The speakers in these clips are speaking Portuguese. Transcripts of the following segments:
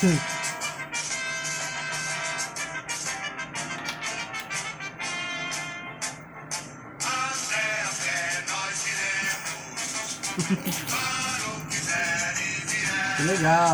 Que legal.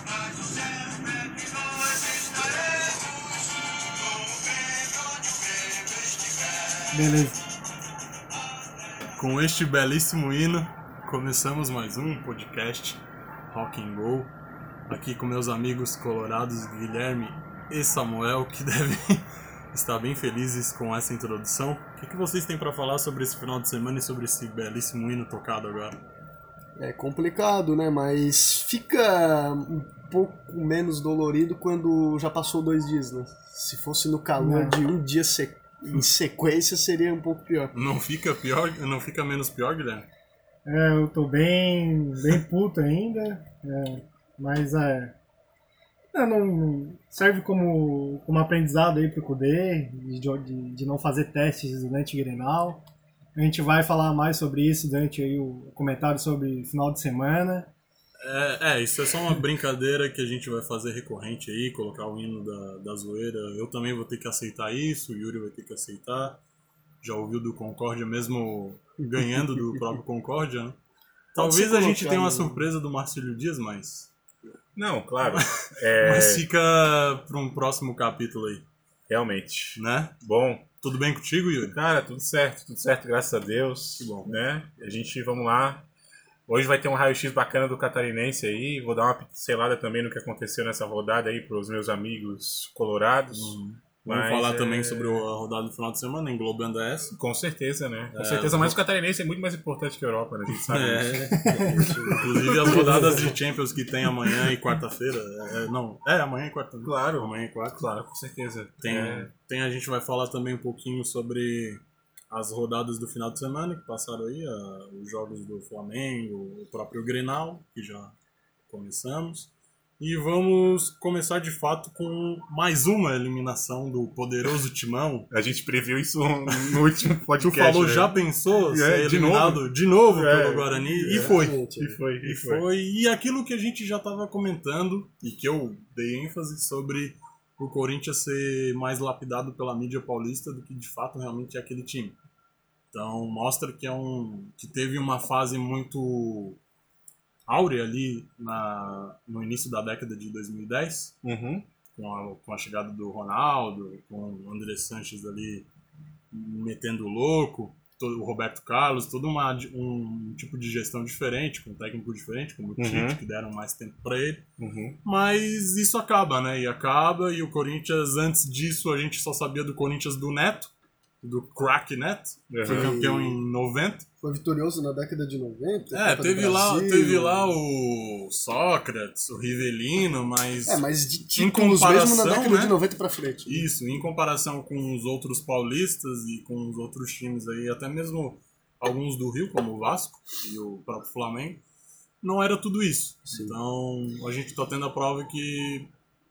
Beleza. Com este belíssimo hino, começamos mais um podcast Rock and Roll. Aqui com meus amigos colorados Guilherme e Samuel, que devem estar bem felizes com essa introdução. O que vocês têm para falar sobre esse final de semana e sobre esse belíssimo hino tocado agora? É complicado, né? Mas fica um pouco menos dolorido quando já passou 2 dias, né? Se fosse no calor de um dia em sequência, seria um pouco pior. Não fica pior? Não fica menos pior, Guilherme? Eu tô bem puto ainda, mas não serve como aprendizado aí pro Kudê, de não fazer testes durante o Grenal. A gente vai falar mais sobre isso durante aí o comentário sobre final de semana. Isso é só uma brincadeira que a gente vai fazer recorrente aí, colocar o hino da zoeira. Eu também vou ter que aceitar isso, o Yuri vai ter que aceitar. Já ouviu do Concórdia mesmo ganhando do próprio Concórdia, né? Talvez a gente tenha uma surpresa do Marcílio Dias, mas... Não, claro. Mas fica para um próximo capítulo aí. Realmente. Né? Bom. Tudo bem contigo, Yuri? Cara, tudo certo, graças a Deus. Que bom. Né? Vamos lá. Hoje vai ter um raio-x bacana do Catarinense aí. Vou dar uma pincelada também no que aconteceu nessa rodada aí para os meus amigos colorados. Vamos falar também sobre a rodada do final de semana, englobando essa. Com certeza, né? Com certeza, mas o Catarinense é muito mais importante que a Europa, né? A gente sabe disso. Inclusive as rodadas de Champions que tem amanhã e quarta-feira. Amanhã e quarta-feira. Claro. Amanhã e quarta. Claro, com certeza. A gente vai falar também um pouquinho sobre as rodadas do final de semana que passaram aí, os jogos do Flamengo, o próprio Grenal, que já começamos. E vamos começar de fato com mais uma eliminação do poderoso Timão. A gente previu isso no último podcast. Tu falou, né? já pensou ser eliminado de novo pelo Guarani? E foi. E foi. E aquilo que a gente já estava comentando, e que eu dei ênfase sobre o Corinthians ser mais lapidado pela mídia paulista do que de fato realmente é aquele time. Então mostra que que teve uma fase muito áurea ali no início da década de 2010, com a chegada do Ronaldo, com o André Sanches ali metendo o louco, o Roberto Carlos, todo um tipo de gestão diferente, com um técnico diferente, como o Tite, que deram mais tempo para ele. Mas isso acaba, né? E o Corinthians, antes disso, a gente só sabia do Corinthians do Neto, do crack Neto, foi campeão em 90. Foi vitorioso na década de 90. Teve lá o Sócrates, o Rivelino, mas... mas de títulos mesmo na década de 90 pra frente. Isso, em comparação com os outros paulistas e com os outros times aí, até mesmo alguns do Rio, como o Vasco e o próprio Flamengo, não era tudo isso. Sim. Então, a gente tá tendo a prova que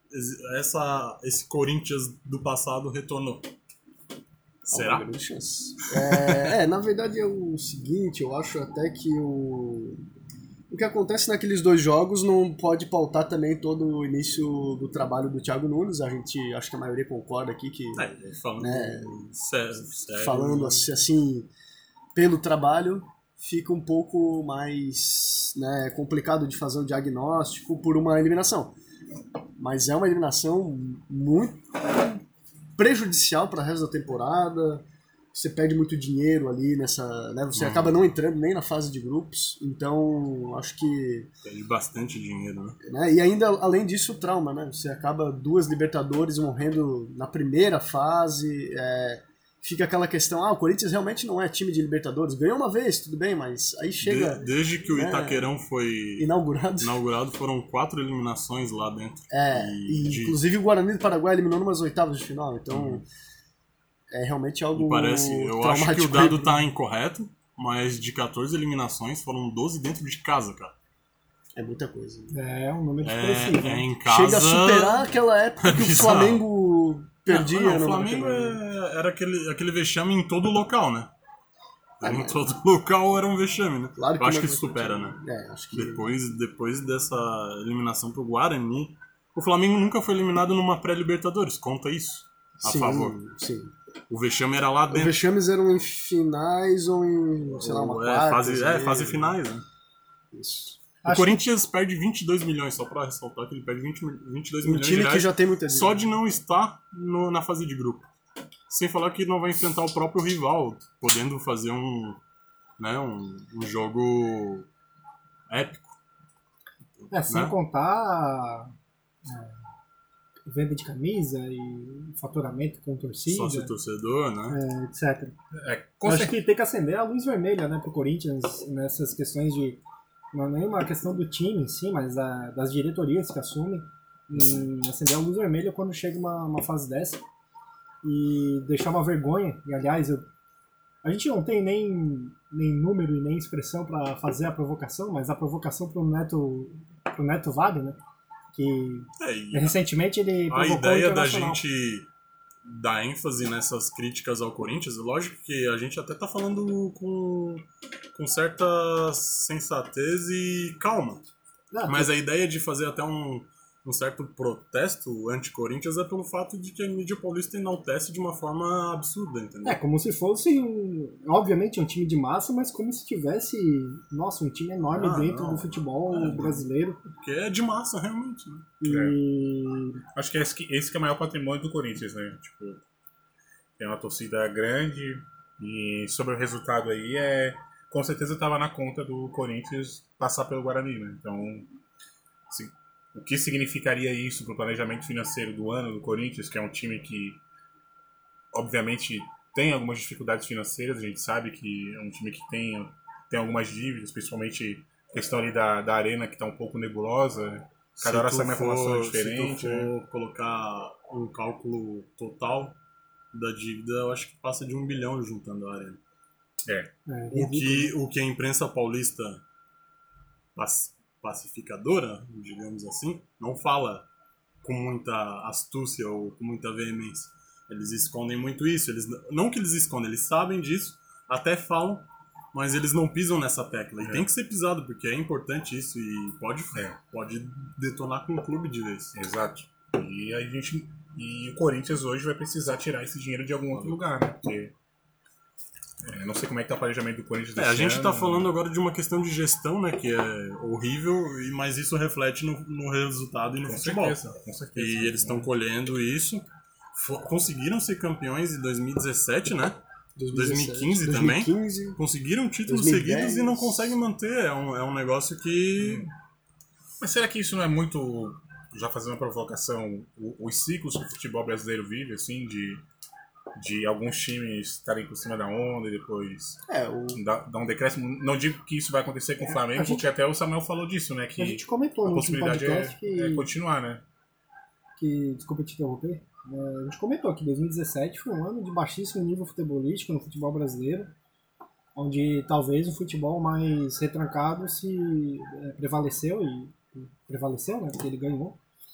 esse Corinthians do passado retornou. Será? Grande chance. Na verdade é o seguinte, eu acho até que o que acontece naqueles 2 jogos não pode pautar também todo o início do trabalho do Thiago Nunes. A gente, acho que a maioria concorda aqui que... falando assim, pelo trabalho, fica um pouco mais complicado de fazer um diagnóstico por uma eliminação. Mas é uma eliminação muito prejudicial para o resto da temporada. Você perde muito dinheiro ali nessa... Você acaba não entrando nem na fase de grupos. Então, acho que... Perde bastante dinheiro, né? E ainda, além disso, o trauma, né? Você acaba 2 Libertadores morrendo na primeira fase. Fica aquela questão, o Corinthians realmente não é time de Libertadores. Ganhou uma vez, tudo bem, mas aí chega... Desde que o Itaquerão foi inaugurado, foram 4 eliminações lá dentro. Inclusive o Guarani do Paraguai eliminou numas oitavas de final, então é realmente algo traumático. Eu acho que o dado tá incorreto, mas de 14 eliminações foram 12 dentro de casa, cara. É muita coisa. É um número expressivo. Em casa... Chega a superar aquela época que o Flamengo... O Flamengo era aquele vexame em todo local, né? Em todo local era um vexame, né? Claro que eu acho que supera, né? Acho que... Depois dessa eliminação pro Guarani, O Flamengo nunca foi eliminado numa pré-Libertadores, conta isso a favor. Sim. O vexame era lá Os dentro. vexames eram em finais ou em, sei lá, uma quarta. Fase finais, né? Isso. O Corinthians perde 22 milhões, só pra ressaltar que ele perde 22 milhões de time reais que já tem muita dívida. só de não estar na fase de grupo. Sem falar que não vai enfrentar o próprio rival, podendo fazer um jogo épico. Sem né? contar venda de camisa e faturamento com torcida, Sócio torcedor, né? etc. Acho que tem que acender a luz vermelha, né, pro Corinthians nessas questões de... Não é nem uma questão do time em si, mas das diretorias que assumem. Acender a luz vermelha quando chega uma fase dessa. E deixar uma vergonha. E, aliás, a gente não tem nem número e nem expressão para fazer a provocação, mas a provocação pro Neto vale, né? Que recentemente ele provocou a ideia o da Internacional. gente dar ênfase nessas críticas ao Corinthians, lógico que a gente até tá falando com certa sensatez e calma. Mas a ideia de fazer até um certo protesto anti-Corinthians é pelo fato de que a mídia paulista enaltece de uma forma absurda, entendeu? Como se fosse, obviamente, um time de massa, mas como se tivesse, um time enorme dentro do futebol brasileiro. Porque é de massa, realmente, né? Acho que esse que é o maior patrimônio do Corinthians, né? Tipo, tem uma torcida grande e sobre o resultado aí, com certeza estava na conta do Corinthians passar pelo Guarani, né? Então, assim, o que significaria isso para o planejamento financeiro do ano do Corinthians, que é um time que, obviamente, tem algumas dificuldades financeiras, a gente sabe que é um time que tem algumas dívidas, principalmente a questão ali da arena que está um pouco nebulosa, cada hora sai uma informação diferente. Se tu for colocar um cálculo total da dívida, eu acho que passa de 1 bilhão juntando a arena. O que a imprensa paulista pacificadora, digamos assim, não fala com muita astúcia ou com muita veemência. Eles escondem muito isso. Não que eles escondem, eles sabem disso, até falam, mas eles não pisam nessa tecla. E tem que ser pisado, porque é importante isso e pode detonar com o clube de vez. Exato. E o Corinthians hoje vai precisar tirar esse dinheiro de algum outro lugar, né? Porque não sei como é que tá o planejamento do Corinthians desse A gente ano. tá falando agora de uma questão de gestão, né? Que é horrível, mas isso reflete no resultado e no futebol. Com certeza. E eles estão colhendo isso. Conseguiram ser campeões em 2017, né? 2015 também. Conseguiram títulos 2010. seguidos e não conseguem manter. É um negócio que... Mas será que isso não é muito, já fazendo uma provocação, os ciclos que o futebol brasileiro vive, assim, de alguns times estarem por cima da onda e depois dar um decréscimo? Não digo que isso vai acontecer com o Flamengo, porque até o Samuel falou disso, né? Que a gente comentou a no último possibilidade podcast é continuar, né? Desculpa te interromper. A gente comentou que 2017 foi um ano de baixíssimo nível futebolístico no futebol brasileiro, onde talvez o futebol mais retrancado prevaleceu, né? Porque ele ganhou.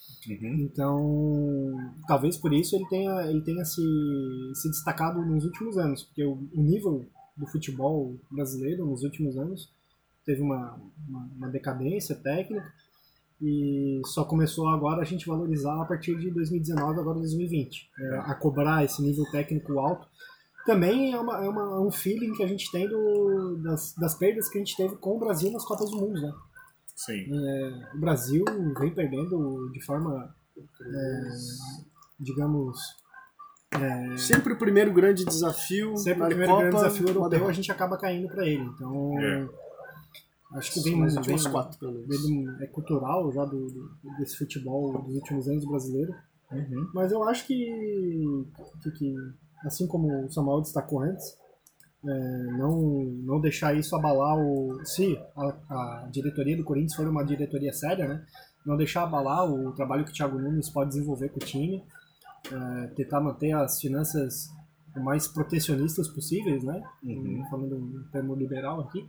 Então, talvez por isso ele tenha se destacado nos últimos anos, porque o nível do futebol brasileiro nos últimos anos teve uma decadência técnica e só começou agora a gente valorizar a partir de 2019, agora 2020, a cobrar esse nível técnico alto. Também é um feeling que a gente tem das perdas que a gente teve com o Brasil nas Copas do Mundo, né? Sim. O Brasil vem perdendo de forma, digamos... sempre o primeiro grande desafio. Sempre o primeiro grande desafio europeu a gente acaba caindo para ele. Então, acho que vem uns 4, pelo menos. É cultural já desse futebol dos últimos anos brasileiro. Mas eu acho que assim como o Samuel destacou antes, não deixar isso abalar se a diretoria do Corinthians for uma diretoria séria, né? Não deixar abalar o trabalho que o Thiago Nunes pode desenvolver com o time, tentar manter as finanças o mais protecionistas possíveis, né? Falando em termo liberal aqui,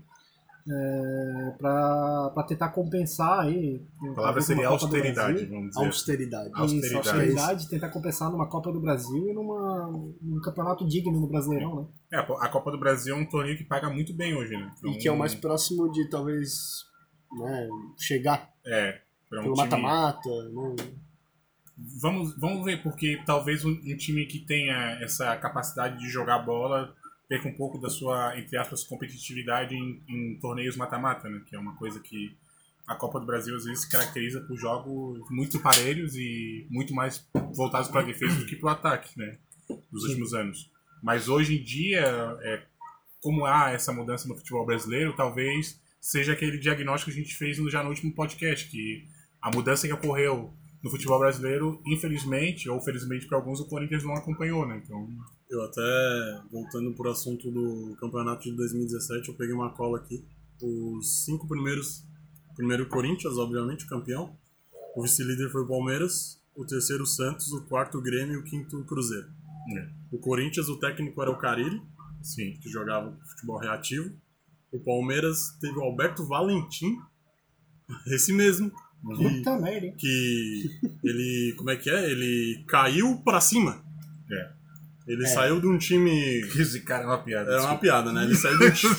para tentar compensar aí. A palavra seria austeridade, vamos dizer. Austeridade, tentar compensar numa Copa do Brasil e num campeonato digno no Brasileirão, né? A Copa do Brasil é um torneio que paga muito bem hoje, né? Então, e que é o mais próximo de talvez chegar pelo mata-mata, né? Vamos ver, porque talvez um time que tenha essa capacidade de jogar bola perca um pouco da sua, entre aspas, competitividade em torneios mata-mata, né? Que é uma coisa que a Copa do Brasil às vezes se caracteriza por jogos muito parelhos e muito mais voltados para a defesa do que para o ataque, né? Nos últimos anos. Mas hoje em dia, como há essa mudança no futebol brasileiro, talvez seja aquele diagnóstico que a gente fez já no último podcast, que a mudança que ocorreu no futebol brasileiro, infelizmente, ou felizmente para alguns, o Corinthians não acompanhou, né? Então, eu até, voltando pro assunto do campeonato de 2017, eu peguei uma cola aqui. Os 5 primeiros... Primeiro Corinthians, obviamente, o campeão. O vice-líder foi o Palmeiras. O terceiro o Santos, o quarto o Grêmio e o quinto o Cruzeiro. O Corinthians, o técnico era o Carille, sim, que jogava futebol reativo. O Palmeiras teve o Alberto Valentim, esse mesmo. Puta merda, hein? Que ele, como é que é? Ele caiu pra cima. Ele saiu de um time... Esse cara é uma piada. Era uma piada, né? Ele saiu de um time...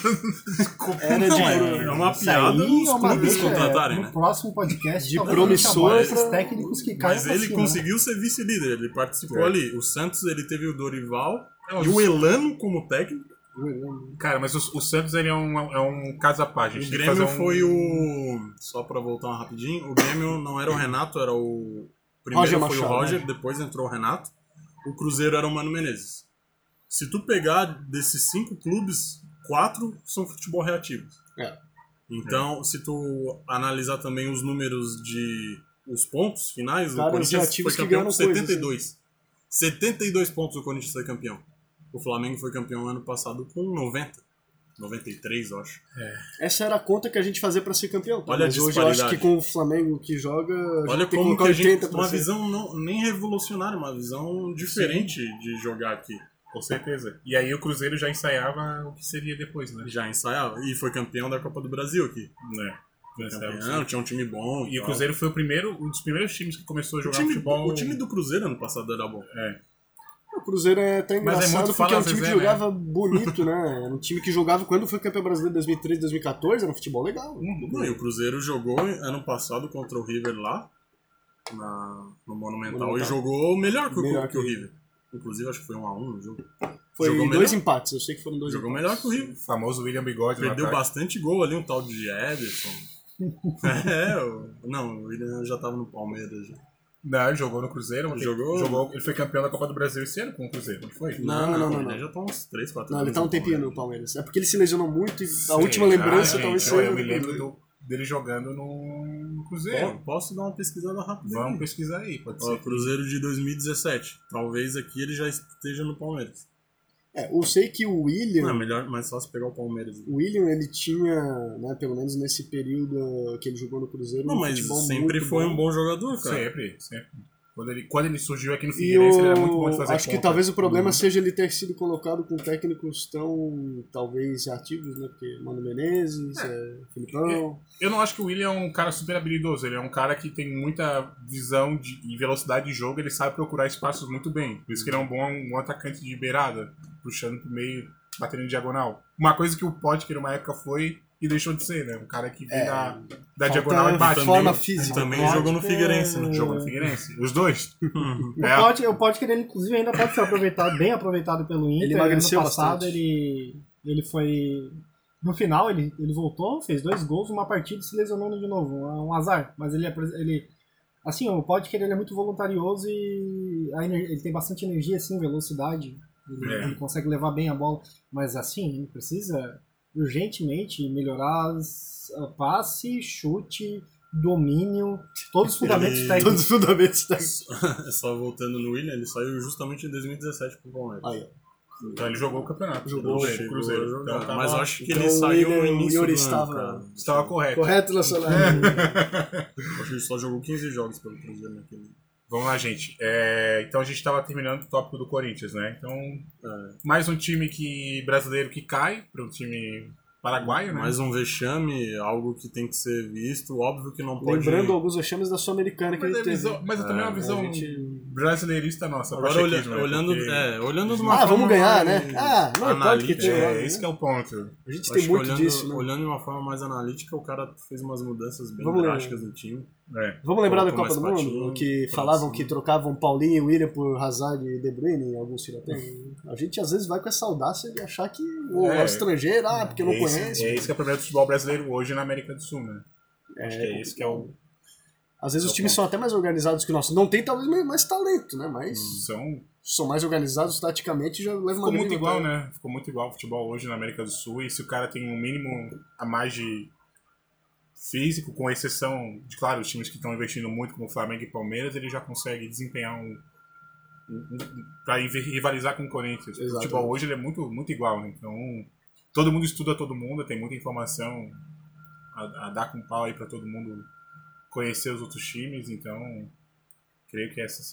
É uma piada os clubes contratarem, né? No próximo podcast, de promissor esses técnicos que caem. Mas ele conseguiu ser vice-líder, ele participou ali. O Santos, ele teve o Dorival e o Elano como técnico. Cara, mas o Santos ele é um caso à parte. O Grêmio foi o... Só pra voltar rapidinho, o Grêmio não era o Renato, era o... Primeiro Roger foi Machado, o Roger, né? Depois entrou o Renato. O Cruzeiro era o Mano Menezes. Se tu pegar desses 5 clubes, 4 são futebol reativos. Então, se tu analisar também os números de... os pontos finais, Cara, o Corinthians foi campeão com 72. 72 pontos o Corinthians foi campeão. O Flamengo foi campeão ano passado com 90. 93, eu acho. Essa era a conta que a gente fazia pra ser campeão. Olha a mas hoje eu acho disparidade. que com o Flamengo que joga, Olha tem como que colocar a gente... 80%. Uma visão nem revolucionária, uma visão diferente de jogar aqui. Com certeza. E aí o Cruzeiro já ensaiava o que seria depois, né? Já ensaiava. E foi campeão da Copa do Brasil aqui. Campeão, tinha um time bom. E o Cruzeiro foi um dos primeiros times que começou a jogar futebol. O time do Cruzeiro ano passado era bom. O Cruzeiro é até engraçado porque é um time que jogava né? bonito, né? Era um time que jogava quando foi campeão brasileiro em 2013, 2014, era um futebol legal. Não, e o Cruzeiro jogou ano passado contra o River lá, no Monumental, e jogou melhor que o River. Inclusive, acho que foi 1-1 no jogo. Foi jogou 2 empates, eu sei que foram 2 jogou empates. Melhor que o River. O famoso William Bigode. Perdeu bastante gol ali, um tal de Ederson. Não, o William já tava no Palmeiras já. Não, ele jogou no Cruzeiro. Jogou. Ele foi campeão da Copa do Brasil esse ano com o Cruzeiro, não foi? Não. Ele já tá uns 3, 4 anos. Não, ele tá um tempinho no Palmeiras. É porque ele se lesionou muito e a última lembrança talvez seja... Eu me lembro dele jogando no Cruzeiro. Posso dar uma pesquisada rápida? Vamos pesquisar aí, pode ser. O Cruzeiro de 2017. Talvez aqui ele já esteja no Palmeiras. Eu sei que o William... Não, é melhor, mais fácil pegar o Palmeiras. O William, ele tinha, né, pelo menos nesse período que ele jogou no Cruzeiro... Não, mas sempre foi um bom jogador, cara. Sempre. Quando ele surgiu aqui no Figueirense, ele era muito bom de fazer acho conta. que talvez o problema seja ele ter sido colocado com técnicos tão, talvez, ativos, né? Porque Mano Menezes, Filipão... Eu não acho que o William é um cara super habilidoso. Ele é um cara que tem muita visão e velocidade de jogo. Ele sabe procurar espaços muito bem. Por isso que ele é um bom atacante de beirada, puxando pro meio, batendo em diagonal. Uma coisa que o Potker uma época foi e deixou de ser, né? Um cara que vem da diagonal e bate. Forma física. Também jogou no Figueirense, né? Jogou no Figueirense. Os dois. O Potker, ele inclusive ainda pode ser bem aproveitado pelo Inter. Ele emagreceu ano passado, bastante. ele foi... No final, ele voltou, fez 2 gols, uma partida e se lesionou de novo. Um azar. Mas ele assim, o Potker, ele é muito voluntarioso e ele tem bastante energia, assim, velocidade. Ele consegue levar bem a bola. Mas assim, ele precisa urgentemente melhorar passe, chute, domínio, todos os fundamentos técnicos. Todos os fundamentos técnicos. Só voltando no William, ele saiu justamente em 2017 pro Palmeiras. Então ele jogou o campeonato. Jogou o Cruzeiro. Então, mas eu acho que ele saiu no início do ano, estava correto. Correto, Nacional. Acho que ele só jogou 15 jogos pelo Cruzeiro naquele. Vamos lá, gente. Então a gente estava terminando o tópico do Corinthians, né? Então, mais um time brasileiro que cai para um time paraguaio, né? Mais um vexame, algo que tem que ser visto. Óbvio que não pode... Lembrando alguns vexames da Sul-Americana que ele teve. Mas também é uma visão brasileirista nossa. Agora olhando de uma forma vamos ganhar, né? Não analítica. Esse que é o ponto. A gente tem muito disso, né? Olhando de uma forma mais analítica, o cara fez umas mudanças bem drásticas no time. Vamos lembrar da Copa do Mundo? Que falavam que trocavam Paulinho e William por Hazard e De Bruyne em alguns tiroteios. A gente às vezes vai com essa audácia de achar que o estrangeiro, porque não conhece. É isso que é o problema do futebol brasileiro hoje na América do Sul, né? Acho que é isso que é o... Às vezes os times são até mais organizados que o nosso. Não tem talvez mais talento, né? Mas são mais organizados taticamente e já levam uma... Ficou muito igual, né? Ficou muito igual o futebol hoje na América do Sul. E se o cara tem um mínimo a mais de físico, com exceção de, claro, os times que estão investindo muito, como o Flamengo e Palmeiras, ele já consegue desempenhar para rivalizar com o Corinthians. O futebol hoje ele é muito, muito igual, né? Então, todo mundo estuda todo mundo, tem muita informação a dar com pau aí para todo mundo conhecer os outros times, então creio que essa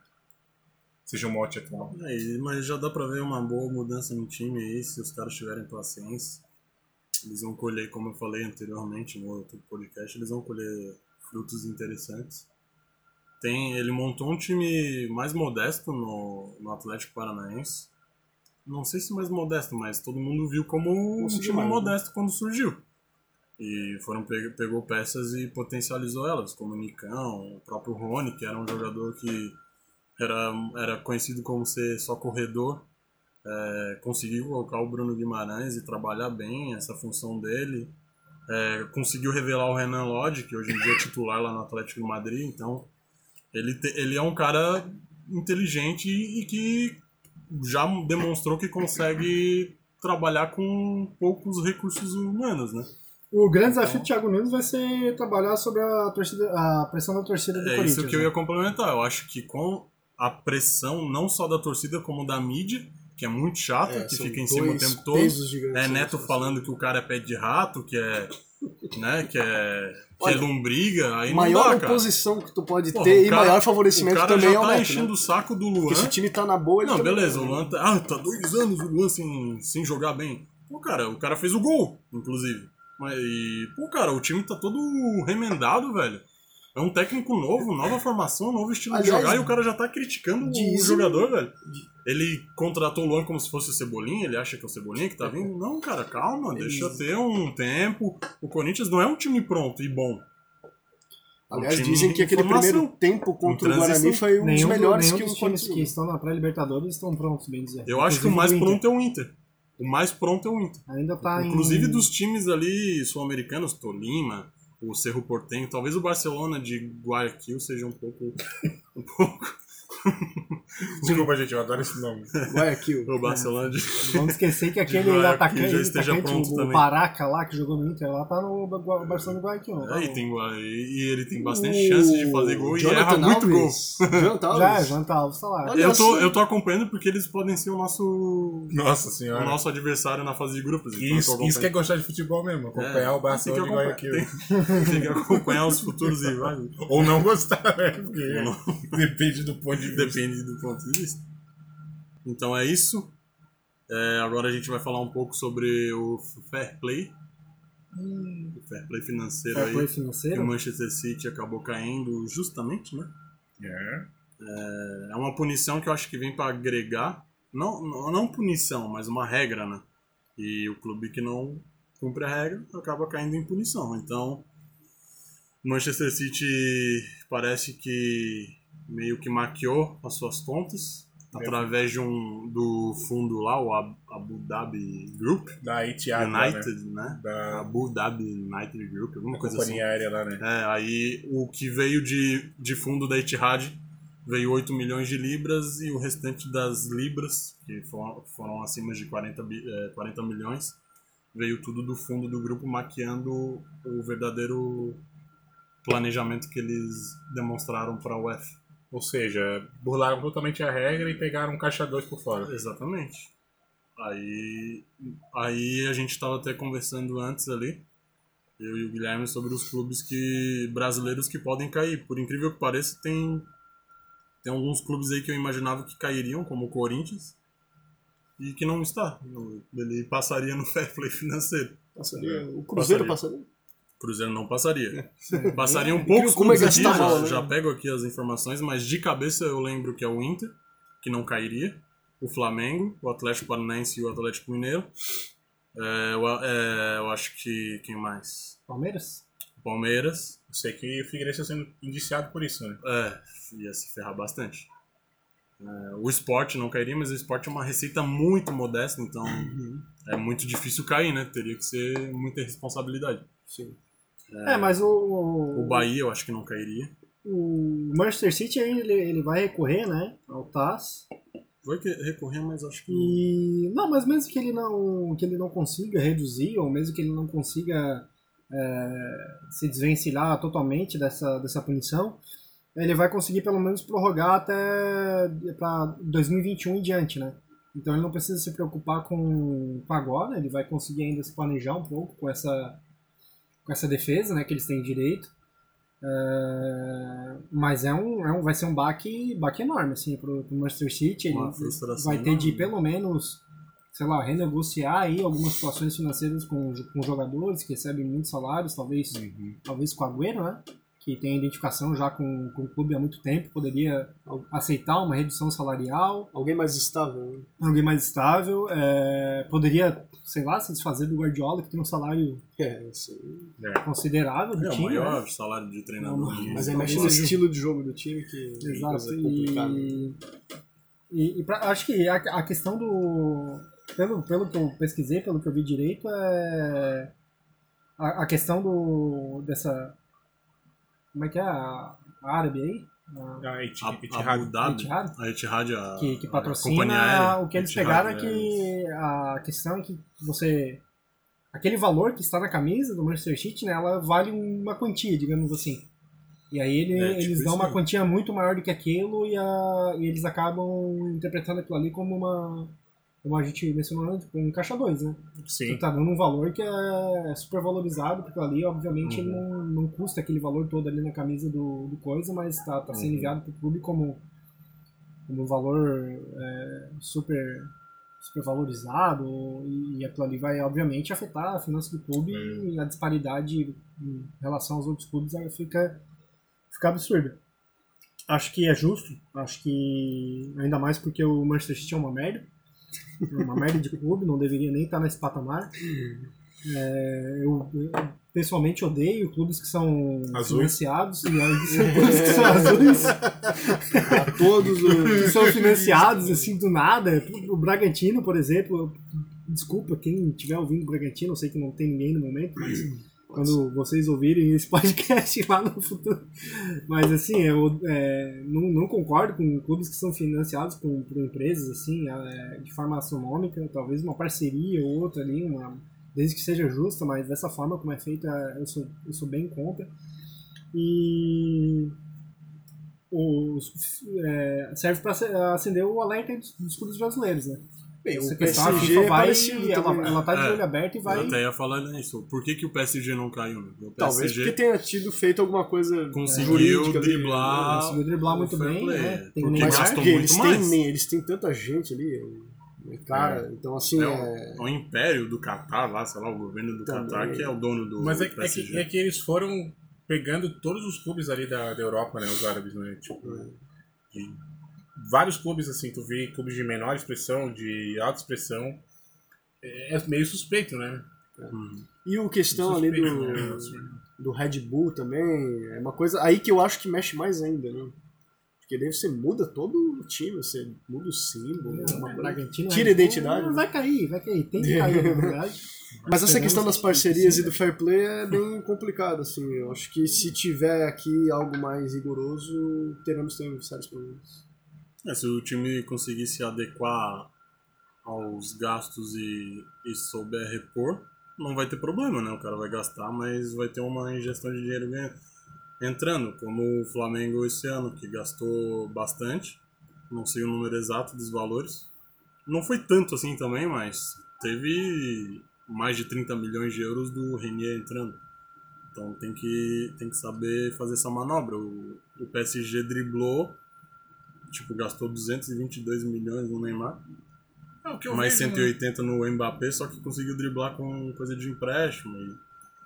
seja o mote atual. Mas já dá pra ver uma boa mudança no time aí, se os caras tiverem paciência. Eles vão colher, como eu falei anteriormente no outro podcast, eles vão colher frutos interessantes. Ele montou um time mais modesto no Atlético Paranaense. Não sei se mais modesto, mas todo mundo viu como um time modesto quando surgiu. E pegou peças e potencializou elas, como o Nicão, o próprio Rony, que era um jogador que era conhecido como ser só corredor. Conseguiu colocar o Bruno Guimarães e trabalhar bem essa função dele. Conseguiu revelar o Renan Lodge, que hoje em dia é titular lá no Atlético de Madrid. Então, ele é um cara inteligente e que já demonstrou que consegue trabalhar com poucos recursos humanos, né? O grande desafio do Thiago Nunes vai ser trabalhar sobre a pressão da torcida do Corinthians. É isso que eu ia complementar. Eu acho que com a pressão não só da torcida como da mídia, que é muito chata, que fica em cima o tempo todo. Neto falando que o cara é pé de rato, que é lombriga, aí maior não dá, cara. Oposição que tu pode ter e maior favorecimento também é o Neto. O cara já tá enchendo o saco do Luan. Porque se o time tá na boa, ele beleza, o Luan tá 2 anos o Luan sem jogar bem. Pô, cara, o cara fez o gol, inclusive. O time tá todo remendado, velho. É um técnico novo, nova formação, novo estilo de jogar e o cara já tá criticando o jogador, velho. Ele contratou o Luan como se fosse o Cebolinha, ele acha que é o Cebolinha que tá vindo. Não, cara, calma, deixa ter um tempo. O Corinthians não é um time pronto e bom. Aliás, dizem que aquele primeiro tempo contra o Guarani foi um dos melhores que os times que estão na pré-Libertadores estão prontos, bem dizer. Eu acho que o mais pronto é o Inter. O mais pronto é o Inter. Ainda tá inclusive dos times ali sul-americanos, Tolima, o Cerro Porteño, talvez o Barcelona de Guayaquil seja um pouco... Desculpa, gente, eu adoro esse nome. Guayaquil. O Barcelona de... Vamos esquecer que aquele atacante, já esteja pronto o também. Paraca lá, que jogou no Inter, lá tá no Barcelona de Guayaquil. E ele tem bastante chance de fazer gol e erra muito gol. Jonathan Alves tá lá. Eu tô acompanhando porque eles podem ser o Nossa senhora. O nosso adversário na fase de grupos. Isso que é gostar de futebol mesmo, acompanhar o Barcelona de Guayaquil. Tem que acompanhar os futuros rivais. Ou não gostar, né? Porque depende do ponto de vista. Depende do ponto de vista. Então é isso. Agora a gente vai falar um pouco sobre o Fair Play. O Fair Play financeiro aí. Que o Manchester City acabou caindo justamente, né? É uma punição que eu acho que vem para agregar. Não punição, mas uma regra, né? E o clube que não cumpre a regra acaba caindo em punição. Então, o Manchester City parece que meio que maquiou as suas contas através do fundo lá, o Abu Dhabi Group, da Etihad United, né? Da Abu Dhabi United Group, alguma coisa assim. Companhia aérea lá, né? Aí o que veio de fundo da Etihad veio 8 milhões de libras e o restante das libras, que foram acima de 40 milhões, veio tudo do fundo do grupo, maquiando o verdadeiro planejamento que eles demonstraram para a UEFA. Ou seja, burlaram totalmente a regra e pegaram um caixa 2 por fora. Exatamente. Aí a gente estava até conversando antes ali, eu e o Guilherme, sobre os clubes brasileiros que podem cair. Por incrível que pareça, tem alguns clubes aí que eu imaginava que cairiam, como o Corinthians, e que não está. Ele passaria no fair play financeiro. O Cruzeiro passaria? Cruzeiro não passaria. Passariam poucos clubes aqui, já pego aqui as informações, mas de cabeça eu lembro que é o Inter, que não cairia, o Flamengo, o Atlético Paranaense e o Atlético Mineiro. Eu acho que... Quem mais? Palmeiras. Eu sei que o Figueirense está sendo indiciado por isso, né? Ia se ferrar bastante. O Sport não cairia, mas o Sport é uma receita muito modesta, então é muito difícil cair, né? Teria que ser muita responsabilidade. Sim. Mas o Bahia eu acho que não cairia. O Manchester City ele vai recorrer, né, ao TAS. Vai recorrer, mas acho que não. Mas mesmo que ele não consiga reduzir, ou mesmo que ele não consiga se desvencilhar totalmente dessa punição, ele vai conseguir pelo menos prorrogar até para 2021 em diante, né? Então ele não precisa se preocupar com agora, ele vai conseguir ainda se planejar um pouco com essa defesa, né, que eles têm direito. Mas vai ser um baque enorme assim, pro Manchester City. Ele vai ter de pelo menos, sei lá, renegociar aí algumas situações financeiras com jogadores que recebem muitos salários, talvez com o Agüero, né, que tem identificação já com o clube há muito tempo, poderia aceitar uma redução salarial. Alguém mais estável. Poderia, sei lá, se desfazer do Guardiola, que tem um salário considerável do time. O maior salário de treinador. Mas aí mexe no estilo de jogo do time, que exato, é complicado. Acho que a questão do... Pelo que eu pesquisei, pelo que eu vi direito, é a questão dessa... Como é que é a árabe aí? A Etihad, que patrocina. O que eles pegaram é que a questão é que aquele valor que está na camisa do Manchester City, né, ela vale uma quantia, digamos assim. E aí eles dão uma quantia muito maior do que aquilo e eles acabam interpretando aquilo ali como como a gente mencionou, tipo, um caixa 2, né? Sim. Você tá dando um valor que é super valorizado, porque ali, obviamente, ele não custa aquele valor todo ali na camisa do coisa, mas tá sendo enviado pro clube como um valor super valorizado, e aquilo ali vai, obviamente, afetar a finança do clube e a disparidade em relação aos outros clubes fica absurda. Acho que é justo, acho que ainda mais porque o Manchester City é uma merda de clube, não deveria nem estar nesse patamar. Eu pessoalmente odeio clubes que são financiados e clubes que são azuis. Todos que são financiados assim do nada. O Bragantino, por exemplo, desculpa quem estiver ouvindo o Bragantino, eu sei que não tem ninguém no momento, mas quando vocês ouvirem esse podcast lá no futuro. Mas assim, eu não concordo com clubes que são financiados por empresas assim, de forma astronômica, talvez uma parceria ou outra ali, desde que seja justa, mas dessa forma como é feita, eu sou bem contra. E serve para acender o alerta dos clubes brasileiros, né? Bem, o PSG ela tá de olho aberto e vai... Eu até ia falar nisso. Por que o PSG não caiu? O PSG talvez porque tenha feito alguma coisa conseguiu driblar muito bem, né? Tem porque gastou muito mais. Eles têm tanta gente ali, cara, então assim... o império do Qatar lá, sei lá, o governo do Qatar, que é o dono do PSG. Mas é que eles foram pegando todos os clubes ali da Europa, né, os árabes, né, tipo... Vários clubes, assim, tu vê clubes de menor expressão, de alta expressão, é meio suspeito, né? E a questão ali do Red Bull também, é uma coisa aí que eu acho que mexe mais ainda, né? Porque daí você muda todo o time, você muda o símbolo, tira a identidade. Vai cair, tem que cair, na verdade. Mas essa questão das parcerias e do fair play é bem complicado, assim. Eu acho que se tiver aqui algo mais rigoroso, teremos também sérios problemas. Se o time conseguir se adequar aos gastos e souber repor, não vai ter problema, né? O cara vai gastar, mas vai ter uma ingestão de dinheiro entrando, como o Flamengo esse ano, que gastou bastante. Não sei o número exato dos valores. Não foi tanto assim também, mas teve mais de 30 milhões de euros do Renier entrando. Então tem que saber fazer essa manobra. O PSG driblou, gastou 222 milhões no Neymar, mais 180 no Mbappé, só que conseguiu driblar com coisa de empréstimo.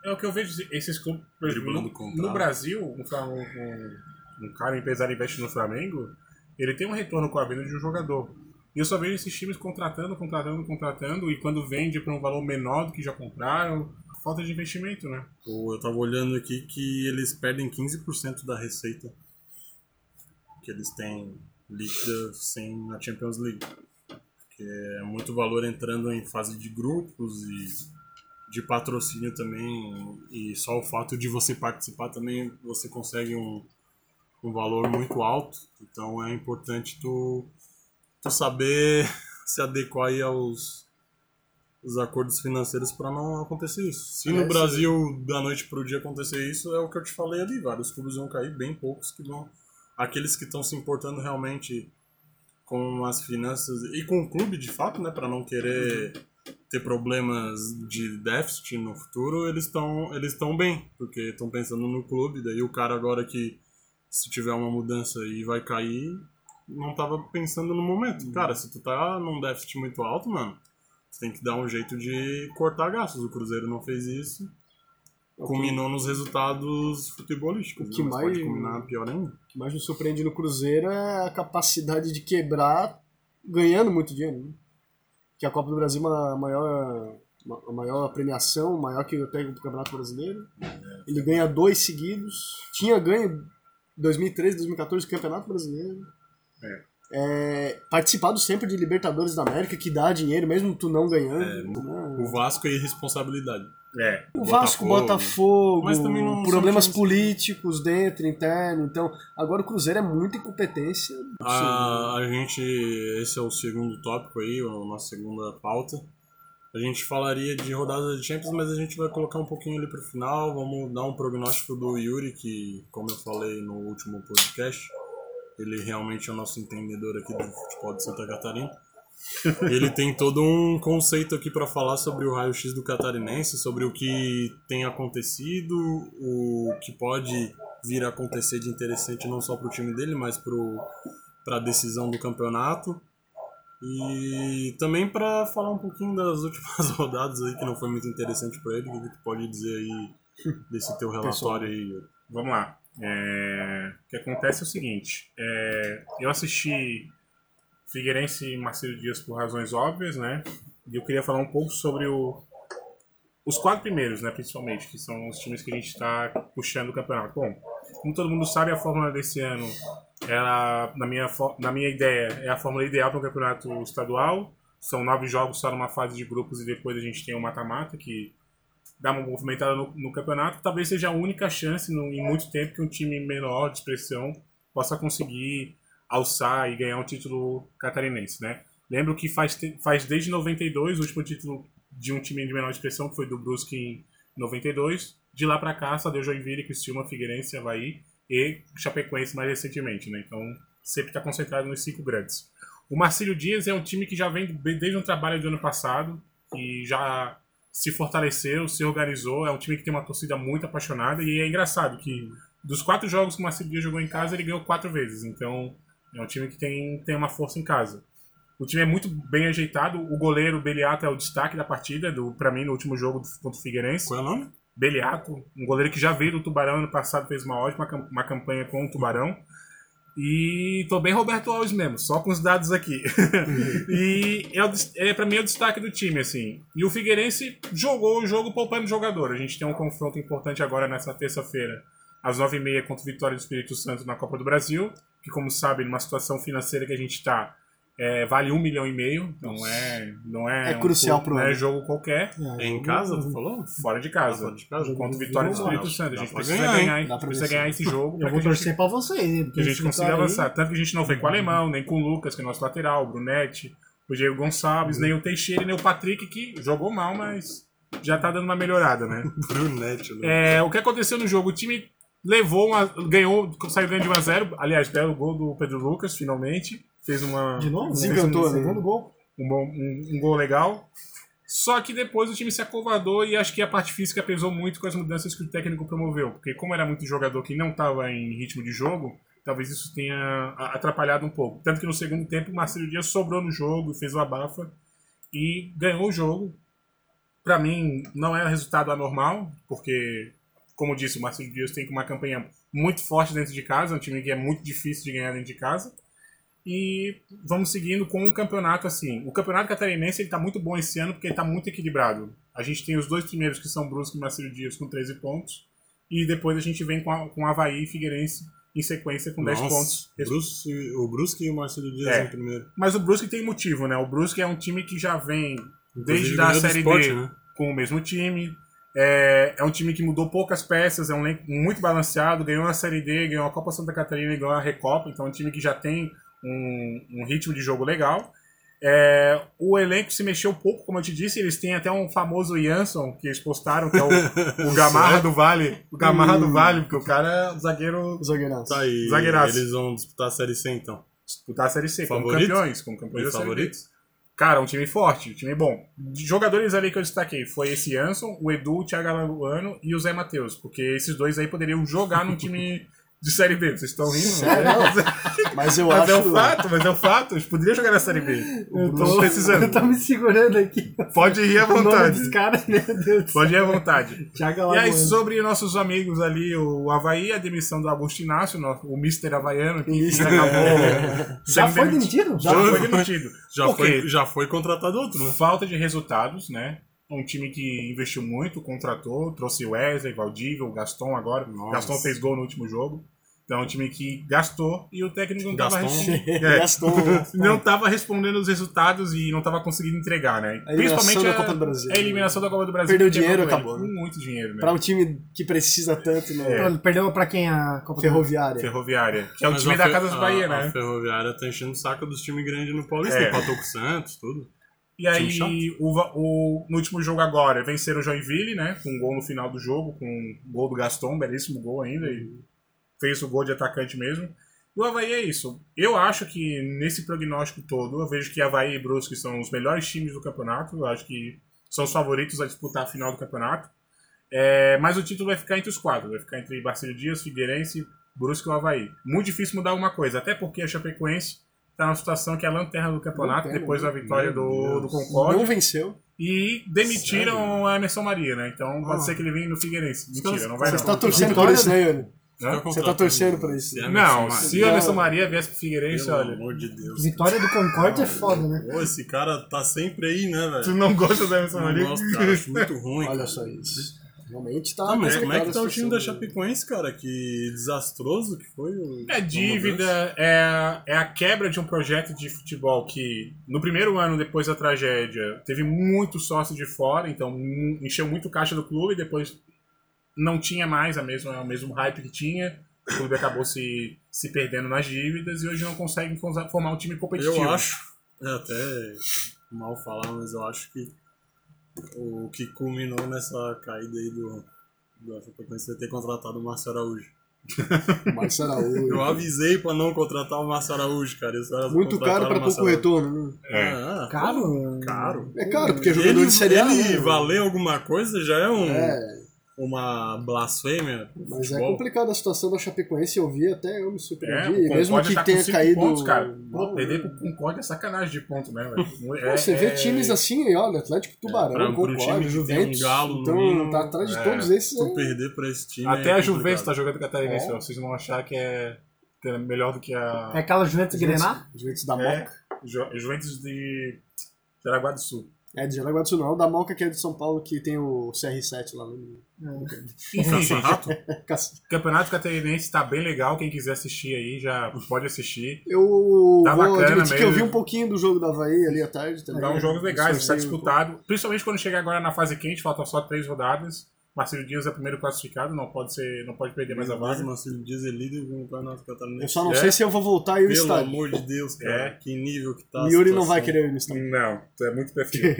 É o que eu vejo esses clubes, por exemplo, no Brasil, um cara, um empresário investe no Flamengo, ele tem um retorno com a venda de um jogador. E eu só vejo esses times contratando, e quando vende por um valor menor do que já compraram, falta de investimento, né? Eu tava olhando aqui que eles perdem 15% da receita que eles têm líquida sem a Champions League. Que é muito valor entrando em fase de grupos e de patrocínio também, e só o fato de você participar também você consegue um valor muito alto. Então é importante tu saber se adequar aí aos acordos financeiros para não acontecer isso. Se no Brasil da noite pro dia acontecer isso, é o que eu te falei ali, vários clubes vão cair, bem poucos que vão, aqueles que estão se importando realmente com as finanças e com o clube de fato, né, para não querer ter problemas de déficit no futuro, eles estão bem, porque estão pensando no clube. Daí o cara agora que, se tiver uma mudança e vai cair, não tava pensando no momento. Cara, se tu tá num déficit muito alto, mano, você tem que dar um jeito de cortar gastos. O Cruzeiro não fez isso, culminou nos resultados futebolísticos. O que mais, pode culminar pior ainda. O que mais me surpreende no Cruzeiro é a capacidade de quebrar ganhando muito dinheiro, né? Que a Copa do Brasil é a maior premiação, maior que eu pego do Campeonato Brasileiro. Ele ganha 2 seguidos. Tinha ganho 2013, 2014 Campeonato Brasileiro. Participado sempre de Libertadores da América, que dá dinheiro, mesmo tu não ganhando. O Vasco é irresponsabilidade. O Vasco, Botafogo, mas também não problemas políticos dentro, interno. Então, agora o Cruzeiro é muita incompetência. Esse é o segundo tópico aí, a nossa segunda pauta. A gente falaria de rodada de Champions, mas a gente vai colocar um pouquinho ali pro final. Vamos dar um prognóstico do Yuri, que, como eu falei no último podcast, ele realmente é o nosso entendedor aqui do futebol de Santa Catarina. Ele tem todo um conceito aqui para falar sobre o raio-x do catarinense, sobre o que tem acontecido, o que pode vir a acontecer de interessante não só para o time dele, mas para a decisão do campeonato. E também para falar um pouquinho das últimas rodadas aí, que não foi muito interessante para ele. O que tu pode dizer aí desse teu relatório aí? Vamos lá. O que acontece é o seguinte, eu assisti Figueirense e Marcelo Dias por razões óbvias, né? E eu queria falar um pouco sobre os 4 primeiros, né, principalmente, que são os times que a gente está puxando o campeonato. Bom, como todo mundo sabe, a fórmula desse ano, na minha ideia, é a fórmula ideal para o campeonato estadual. São 9 jogos só numa fase de grupos e depois a gente tem o mata-mata, que dá uma movimentada no campeonato. Talvez seja a única chance em muito tempo que um time menor de expressão possa conseguir alçar e ganhar um título catarinense, né? Lembro que faz desde 92 o último título de um time de menor expressão, que foi do Brusque em 92. De lá pra cá só deu Joinville, Criciúma, Figueirense, Avaí e Chapecoense mais recentemente, né? Então sempre está concentrado nos 5 grandes. O Marcílio Dias é um time que já vem desde um trabalho do ano passado, que já se fortaleceu, se organizou. É um time que tem uma torcida muito apaixonada e é engraçado que dos 4 jogos que o Marcílio Dias jogou em casa, ele ganhou 4 vezes. Então é um time que tem uma força em casa. O time é muito bem ajeitado. O goleiro Beliato é o destaque da partida, pra mim, no último jogo contra o Figueirense. Qual é o nome? Beliato, um goleiro que já veio do Tubarão ano passado, fez uma ótima campanha com o Tubarão. E tô bem Roberto Alves mesmo, só com os dados aqui. E pra mim é o destaque do time, assim. E o Figueirense jogou o jogo poupando jogador. A gente tem um confronto importante agora nessa terça-feira, às 9h30, contra o Vitória do Espírito Santo na Copa do Brasil, que, como sabem, numa situação financeira que a gente está, vale 1,5 milhão, então não é crucial não é jogo qualquer. É em casa, tu falou? Fora de casa. Contra o Vitória do Espírito Santo. A gente precisa ganhar esse jogo. Eu vou torcer pra vocês, que a gente consiga avançar. Tanto que a gente não vem com o Alemão, nem com o Lucas, que é nosso lateral, o Brunetti, o Diego Gonçalves, nem o Teixeira, nem o Patrick, que jogou mal, mas já tá dando uma melhorada, né? Brunetti, né? O que aconteceu no jogo? O time saiu ganhando de 1-0. Aliás, belo gol do Pedro Lucas, finalmente. Fez uma... De novo? Desencantou, né? Segundo gol. Um gol legal. Só que depois o time se acovardou e acho que a parte física pesou muito com as mudanças que o técnico promoveu. Porque como era muito jogador que não estava em ritmo de jogo, talvez isso tenha atrapalhado um pouco. Tanto que no segundo tempo o Marcílio Dias sobrou no jogo, fez o abafa e ganhou o jogo. pra mim, não é um resultado anormal, porque, como disse, o Marcelo Dias tem uma campanha muito forte dentro de casa, é um time que é muito difícil de ganhar dentro de casa. E vamos seguindo com o campeonato assim. O campeonato catarinense ele tá muito bom esse ano porque ele tá muito equilibrado. A gente tem os dois primeiros que são Brusque e Marcelo Dias com 13 pontos. E depois a gente vem com Avaí e Figueirense em sequência com 10 pontos. O Brusque e o Marcelo Dias em primeiro. Mas o Brusque tem motivo, né? O Brusque é um time que já vem desde a Série Sport, D, né? Com o mesmo time. É um time que mudou poucas peças, é um elenco muito balanceado, ganhou a Série D, ganhou a Copa Santa Catarina e ganhou a Recopa, então é um time que já tem um ritmo de jogo legal. O elenco se mexeu pouco, como eu te disse, eles têm até um famoso Jansson, que eles postaram, que é o Gamarra do Vale. O Gamarra do Vale, porque o cara é zagueiro... Zagueiraço. Tá aí, Zagueiraço. eles vão disputar a Série C, então. Disputar a Série C, como Favoritos? campeões da Série B. Favoritos? Cara, um time forte, um time bom. De jogadores ali que eu destaquei, foi esse Jansson, o Edu, o Thiago Alagoano e o Zé Matheus, porque esses dois aí poderiam jogar num time de Série B. Vocês estão rindo? Mas eu Mas acho... é um fato. Eles poderiam jogar na Série B. Estão precisando. Eu tô me segurando aqui. Pode ir à O nome vontade. dos caras, meu Deus do Pode ir céu. à vontade. Thiago E aí, Alagoano. sobre nossos amigos ali, o Avaí, a demissão do Augusto Inácio, o Mr. Havaiano, que acabou... Já sendo foi demitido? Já foi demitido. Por quê? Já foi contratado outro, né? Falta de resultados, né? Um time que investiu muito, contratou, trouxe Wesley, Valdívia, o Gaston agora. Nossa. Gaston fez gol no último jogo. Então é um time que gastou e o técnico não estava não tava respondendo os resultados e não estava conseguindo entregar, né? A eliminação da Copa do Brasil. A eliminação da Copa do Brasil. Perdeu dinheiro, acabou. Com muito dinheiro, né? Pra um time que precisa tanto, né? Perdeu pra quem a Copa Ferroviária. Ferroviária. Que é o Mas time da Casa dos Bahia, né? A Ferroviária tá enchendo o saco dos times grandes no Paulista. Empatou com o Santos, tudo. E aí, no último jogo agora, venceram o Joinville, né? Com um gol no final do jogo, com um gol do Gaston, belíssimo gol ainda. E fez o gol de atacante mesmo. E o Avaí é isso. Eu acho que nesse prognóstico todo, eu vejo que Avaí e Brusque são os melhores times do campeonato. Eu acho que são os favoritos a disputar a final do campeonato. Mas o título vai ficar entre os quatro. Vai ficar entre Marcelo Dias, Figueirense, Brusque e o Avaí. Muito difícil mudar alguma coisa. Até porque a Chapecoense está numa situação que é a lanterna do campeonato, depois da vitória do Concórdia. Não venceu. E demitiram a Emerson Maria, né? Então pode ser que ele venha no Figueirense. Mentira, não vai Você não. tá torcendo por isso, né, Yuri? Hã? Você tá torcendo por isso. Não, se o Emerson Maria viesse pro Figueirense, Pelo olha... amor de Deus. Vitória do Concórdia é foda, né? Pô, esse cara tá sempre aí, né, velho? Tu não gosta do Emerson Maria? Nossa, cara, acho muito ruim. Olha cara. só isso. Realmente tá... Tá, mas como é que tá o complicada a time da situação. Chapecoense, cara? Que desastroso que foi o... É dívida, é a quebra de um projeto de futebol que, no primeiro ano depois da tragédia, teve muito sócio de fora, então encheu muito caixa do clube, depois não tinha mais o mesmo hype que tinha, o clube acabou se perdendo nas dívidas e hoje não consegue formar um time competitivo. Eu acho, até mal falar, mas eu acho que o que culminou nessa caída aí do Chapecoense foi ter contratado o Márcio Araújo. Márcio Araújo. Eu avisei pra não contratar o Márcio Araújo, cara. Muito caro pra pouco retorno, né? Caro? Caro. É caro, porque jogador de Série A... Ele né? valer alguma coisa já é uma blasfêmia. Mas futebol. é complicada a situação da Chapecoense, eu vi até, eu me surpreendi. O Mesmo Concórdia que tá tenha com 5 caído... pontos, cara. Perder pro Concórdia é sacanagem de ponto, né, velho? Você vê times assim, olha, Atlético Tubarão, pra um Concórdia, time que tem Juventus, um galo no então mínimo, tá atrás de todos esses. Tu perder pra esse time Até é a complicado. Juventus tá jogando catarinense, ó. Vocês não achar que é melhor do que a... É aquela Juventus Grená? Juventus da Moca. Juventus de Jaraguá do Sul. É, de Jaraguá do Sul não, da Moca que é de São Paulo, que tem o CR7 lá no... Enfim, gente, Caça- Campeonato Catarinense tá bem legal. Quem quiser assistir aí já pode assistir. Eu Tá vou bacana admitir que eu mesmo. vi um pouquinho do jogo da Avaí ali à tarde também. Dá uns jogos legais, está Sorteio, disputado. Principalmente quando chegar agora na fase quente, faltam só 3 rodadas. Marcelo Dias é o primeiro classificado, não pode perder mais a vaga. Marcelo Dias é líder do Campeonato Catarinense. Eu só não sei se eu vou voltar e o Pelo estádio. amor de Deus, cara. Que nível que tá a Yuri não situação. vai querer ir no estádio. Não, tu é muito perfil.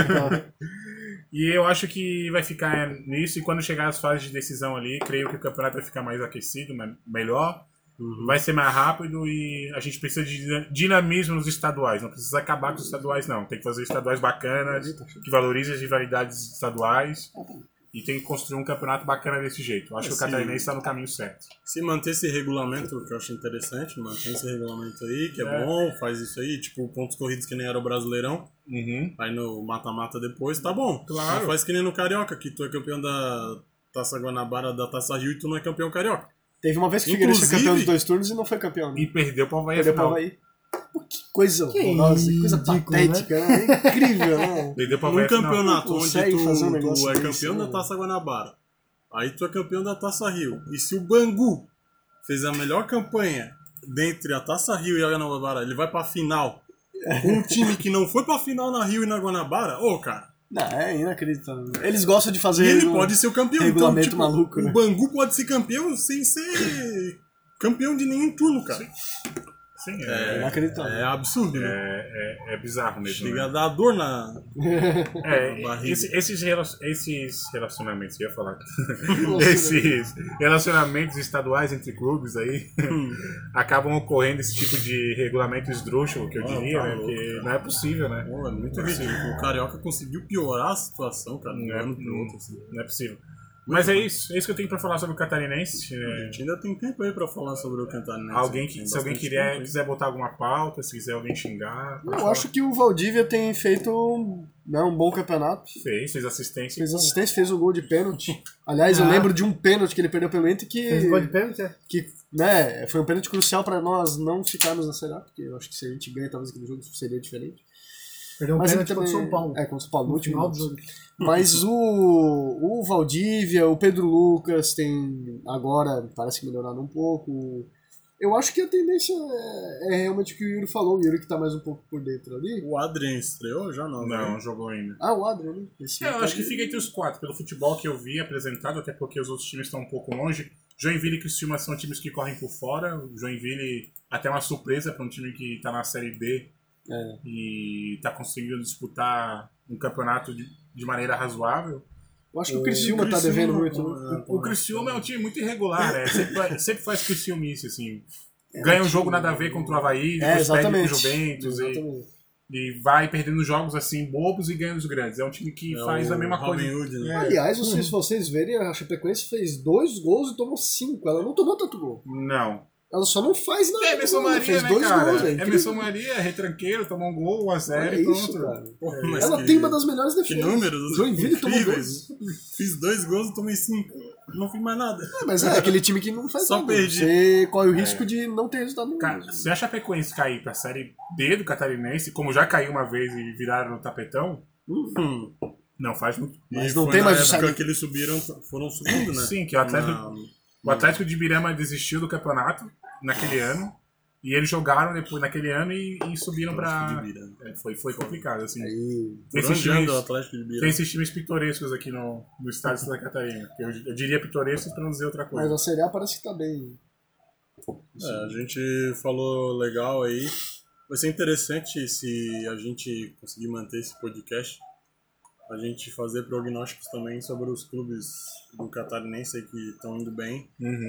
E eu acho que vai ficar nisso, e quando chegar as fases de decisão ali, creio que o campeonato vai ficar mais aquecido, melhor, vai ser mais rápido e a gente precisa de dinamismo nos estaduais, não precisa acabar com os estaduais não, tem que fazer estaduais bacanas, que valorizem as rivalidades estaduais e tem que construir um campeonato bacana desse jeito. Eu acho que o Catarinense está no caminho certo. Se manter esse regulamento, que eu acho interessante, mantém esse regulamento aí, que é bom, faz isso aí, tipo pontos corridos que nem era o Brasileirão. Aí no mata-mata depois, tá bom. Claro. Não faz que nem no Carioca, que tu é campeão da Taça Guanabara, da Taça Rio e tu não é campeão carioca. Teve uma vez que o Figueirense foi campeão dos 2 turnos e não foi campeão. Né? E perdeu pro Avaí. Perdeu pro Avaí. Pô, que coisa horrorosa, que coisa patética, né? É incrível, né? Perdeu pro Num Avaí. campeonato onde tu é desse, campeão né? da Taça Guanabara, aí tu é campeão da Taça Rio. E se o Bangu fez a melhor campanha dentre a Taça Rio e a Guanabara, ele vai pra final com um time que não foi pra final na Rio e na Guanabara, cara. Não, é inacreditável. Eles gostam de fazer. E ele pode ser o campeão. Regulamento Então, tipo, maluco, né? O Bangu pode ser campeão sem ser campeão de nenhum turno, cara. Sim, É inacreditável. É absurdo, né? É bizarro mesmo. Chega a Né? dar dor na barriga. Esses relacionamentos, eu ia falar. Esses relacionamentos estaduais entre clubes aí acabam ocorrendo esse tipo de regulamento esdrúxulo, que eu diria, né? Que não é possível, né? Pô, é muito ridículo. O Carioca conseguiu piorar a situação, cara, de um ano pro outro. Assim. Não é possível. Mas é isso que eu tenho pra falar sobre o Catarinense. A gente ainda tem tempo aí pra falar sobre o Catarinense. Se alguém quiser botar alguma pauta, se quiser alguém xingar. Eu acho que o Valdívia tem feito um bom campeonato. Fez assistência. Fez um gol de pênalti. Aliás, eu lembro de um pênalti que ele perdeu pelo Inter que. Fez um gol de pênalti? Que, né, foi um pênalti crucial pra nós não ficarmos na Série A, porque eu acho que se a gente ganha, talvez aquele jogo seria diferente. Perdeu um pênalti contra o São Paulo. Contra o São Paulo, no último final do jogo. Mas o Valdívia, o Pedro Lucas tem agora, parece que melhoraram um pouco. Eu acho que a tendência é realmente o que o Yuri falou, o Yuri que tá mais um pouco por dentro ali. O Adrien estreou já não? Não, jogou ainda. O Adrien, né? Eu acho que fica entre os 4, pelo futebol que eu vi apresentado, até porque os outros times estão um pouco longe. Joinville e Criciúma são times que correm por fora. O Joinville até uma surpresa para um time que tá na Série B e tá conseguindo disputar um campeonato de maneira razoável. Eu acho que o Criciúma tá devendo muito. O Criciúma é um time muito irregular, né? Sempre faz Criciúmice, assim. Ganha um jogo nada a ver contra o Avaí, depois perde pro Juventus e vai perdendo jogos assim, bobos e ganha os grandes. É um time que faz a mesma coisa. Hood, né? Aliás, se vocês verem, a Chapecoense fez 2 gols e tomou 5. Ela não tomou tanto gol. Não. Ela só não faz nada. É Emerson Maria, né, cara? Emerson Maria, retranqueiro, tomou um gol, 1-0 e pronto. Porra, ela tem uma das melhores defesas. Que números? Joinville tomou 2. Fiz 2 gols e tomei 5. Não fiz mais nada. Mas é aquele time que não faz só nada. Perdi. Você corre o risco de não ter resultado nenhum. Cara, se a Chapecoense cair pra Série D do Catarinense, como já caiu uma vez e viraram no tapetão, não faz muito. Mas não tem mais o época que eles subiram, foram subindo, né? Sim, que o Atlético de Ibirama desistiu do campeonato naquele ano. E eles jogaram depois naquele ano e subiram pra. Foi complicado, assim. Tem esses times pitorescos aqui no estado de Santa Catarina. Eu diria pitorescos pra não dizer outra coisa. Mas a Série A parece que tá bem. A gente falou legal aí. Vai ser interessante se a gente conseguir manter esse podcast. A gente fazer prognósticos também sobre os clubes do Catarinense aí que estão indo bem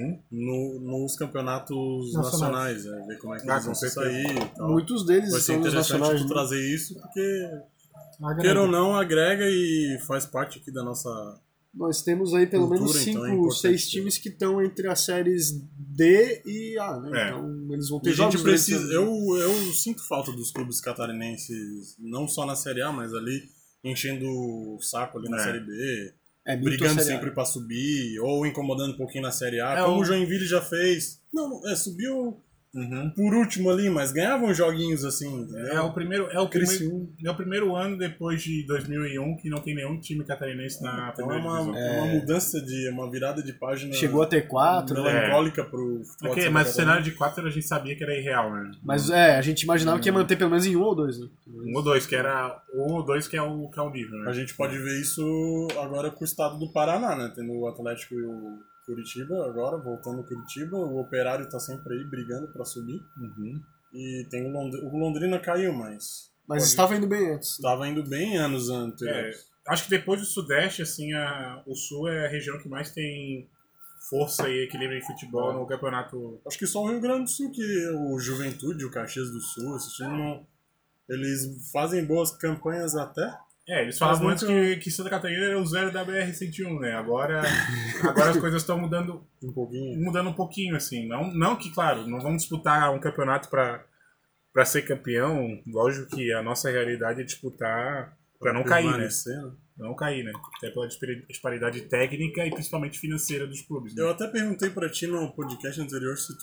nos campeonatos nacionais, ver como é que eles vão sair e tal. Muitos deles vai ser são interessante trazer isso, porque queira ou não, agrega e faz parte aqui da nossa. Nós temos aí pelo menos 5, 6 times que estão entre as séries D e A, né? Então eles vão ter jogos. Eu sinto falta dos clubes catarinenses, não só na Série A, mas ali enchendo o saco ali na Série B, brigando sempre pra subir, ou incomodando um pouquinho na Série A, como o Joinville já fez. Não, subiu por último ali, mas ganhava uns joguinhos assim. É o primeiro ano depois de 2001 que não tem nenhum time catarinense na primeira divisão. Uma mudança uma virada de página. Chegou a ter 4. Melancólica pro futebol. Mas o cenário de 4 a gente sabia que era irreal, né? Mas a gente imaginava que ia manter pelo menos em 1 ou 2, né? 1 ou 2, que era 1 ou 2 que é o nível, né? A gente pode ver isso agora com o estado do Paraná, né? Tendo o Atlético e o Curitiba agora, voltando ao Curitiba, o Operário tá sempre aí brigando pra subir. E tem o Londrina caiu, mas estava indo bem antes. Estava indo bem anos antes. Acho que depois do Sudeste, assim, o Sul é a região que mais tem força e equilíbrio em futebol no campeonato. Acho que só o Rio Grande do Sul, que o Juventude, o Caxias do Sul, esses times eles fazem boas campanhas até. Eles falavam antes que Santa Catarina era o 0 da BR-101, né? Agora as coisas estão mudando um pouquinho, assim. Não que, claro, não vamos disputar um campeonato para para ser campeão, lógico que a nossa realidade é disputar para não cair, né? Não cair, né? Até pela disparidade técnica e principalmente financeira dos clubes. Né? Eu até perguntei pra ti no podcast anterior se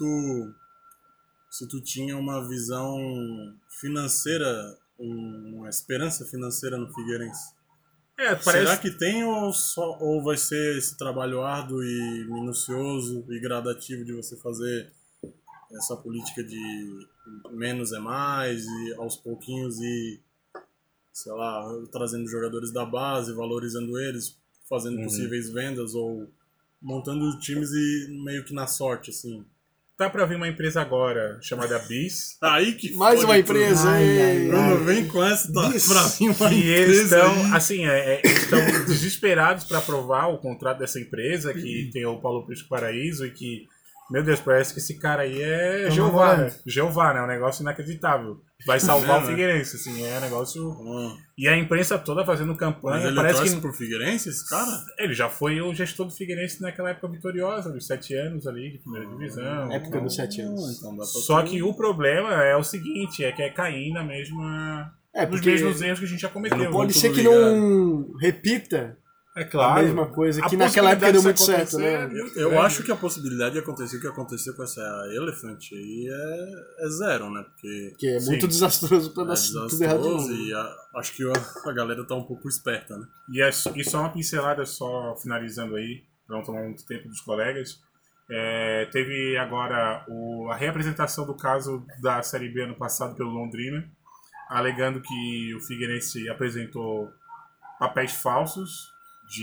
tu tinha uma visão financeira, uma esperança financeira no Figueirense. Será que tem ou vai ser esse trabalho árduo e minucioso e gradativo de você fazer essa política de menos é mais e aos pouquinhos e sei lá, trazendo jogadores da base, valorizando eles, fazendo possíveis vendas ou montando times e meio que na sorte, assim. Tá pra vir uma empresa agora chamada Bis. Aí que mais uma empresa, hein? Bruno, vem com essa, tá pra vir uma e empresa. Eles estão, assim, estão desesperados pra aprovar o contrato dessa empresa, que tem o Paulo Prisco Paraíso e que, meu Deus, parece que esse cara aí é Jeová, né? Jeová, né? É um negócio inacreditável. Vai salvar o Figueirense, assim, é um negócio... E a imprensa toda fazendo campanha... Mas ele parece torce que pro Figueirense, esse cara? Ele já foi o gestor do Figueirense naquela época vitoriosa, dos 7 anos ali, de primeira divisão. Época dos 7 anos. Então Só que o problema é o seguinte, é que é cair na mesma... nos mesmos erros que a gente já cometeu. Pode ser que não repita... É claro. A mesma coisa, que naquela época deu muito certo, né? Eu acho que a possibilidade de acontecer o que aconteceu com essa Elephant aí é zero, né? Porque é muito desastroso pra dar tudo errado. E acho que a galera tá um pouco esperta, né? E só uma pincelada, só finalizando aí, pra não tomar muito tempo dos colegas. Teve agora a reapresentação do caso da Série B ano passado pelo Londrina, alegando que o Figueirense apresentou papéis falsos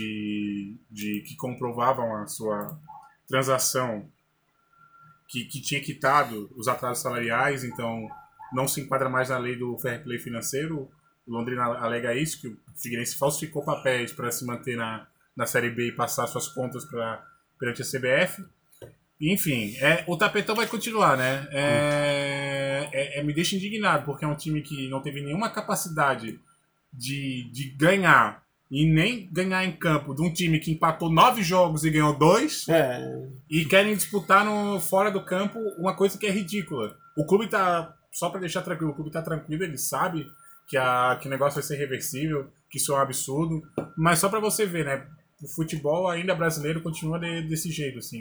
que comprovavam a sua transação que tinha quitado os atrasos salariais, então não se enquadra mais na lei do fair play financeiro. O Londrina alega isso, que o Figueirense falsificou papéis para se manter na Série B e passar suas contas perante a CBF. Enfim, o tapetão vai continuar, né? Me deixa indignado, porque é um time que não teve nenhuma capacidade de ganhar e nem ganhar em campo de um time que empatou 9 jogos e ganhou 2 e querem disputar fora do campo uma coisa que é ridícula. O clube tá, só pra deixar tranquilo, o clube tá tranquilo, ele sabe que o negócio vai ser reversível, que isso é um absurdo, mas só pra você ver, né, o futebol ainda brasileiro continua desse jeito, assim,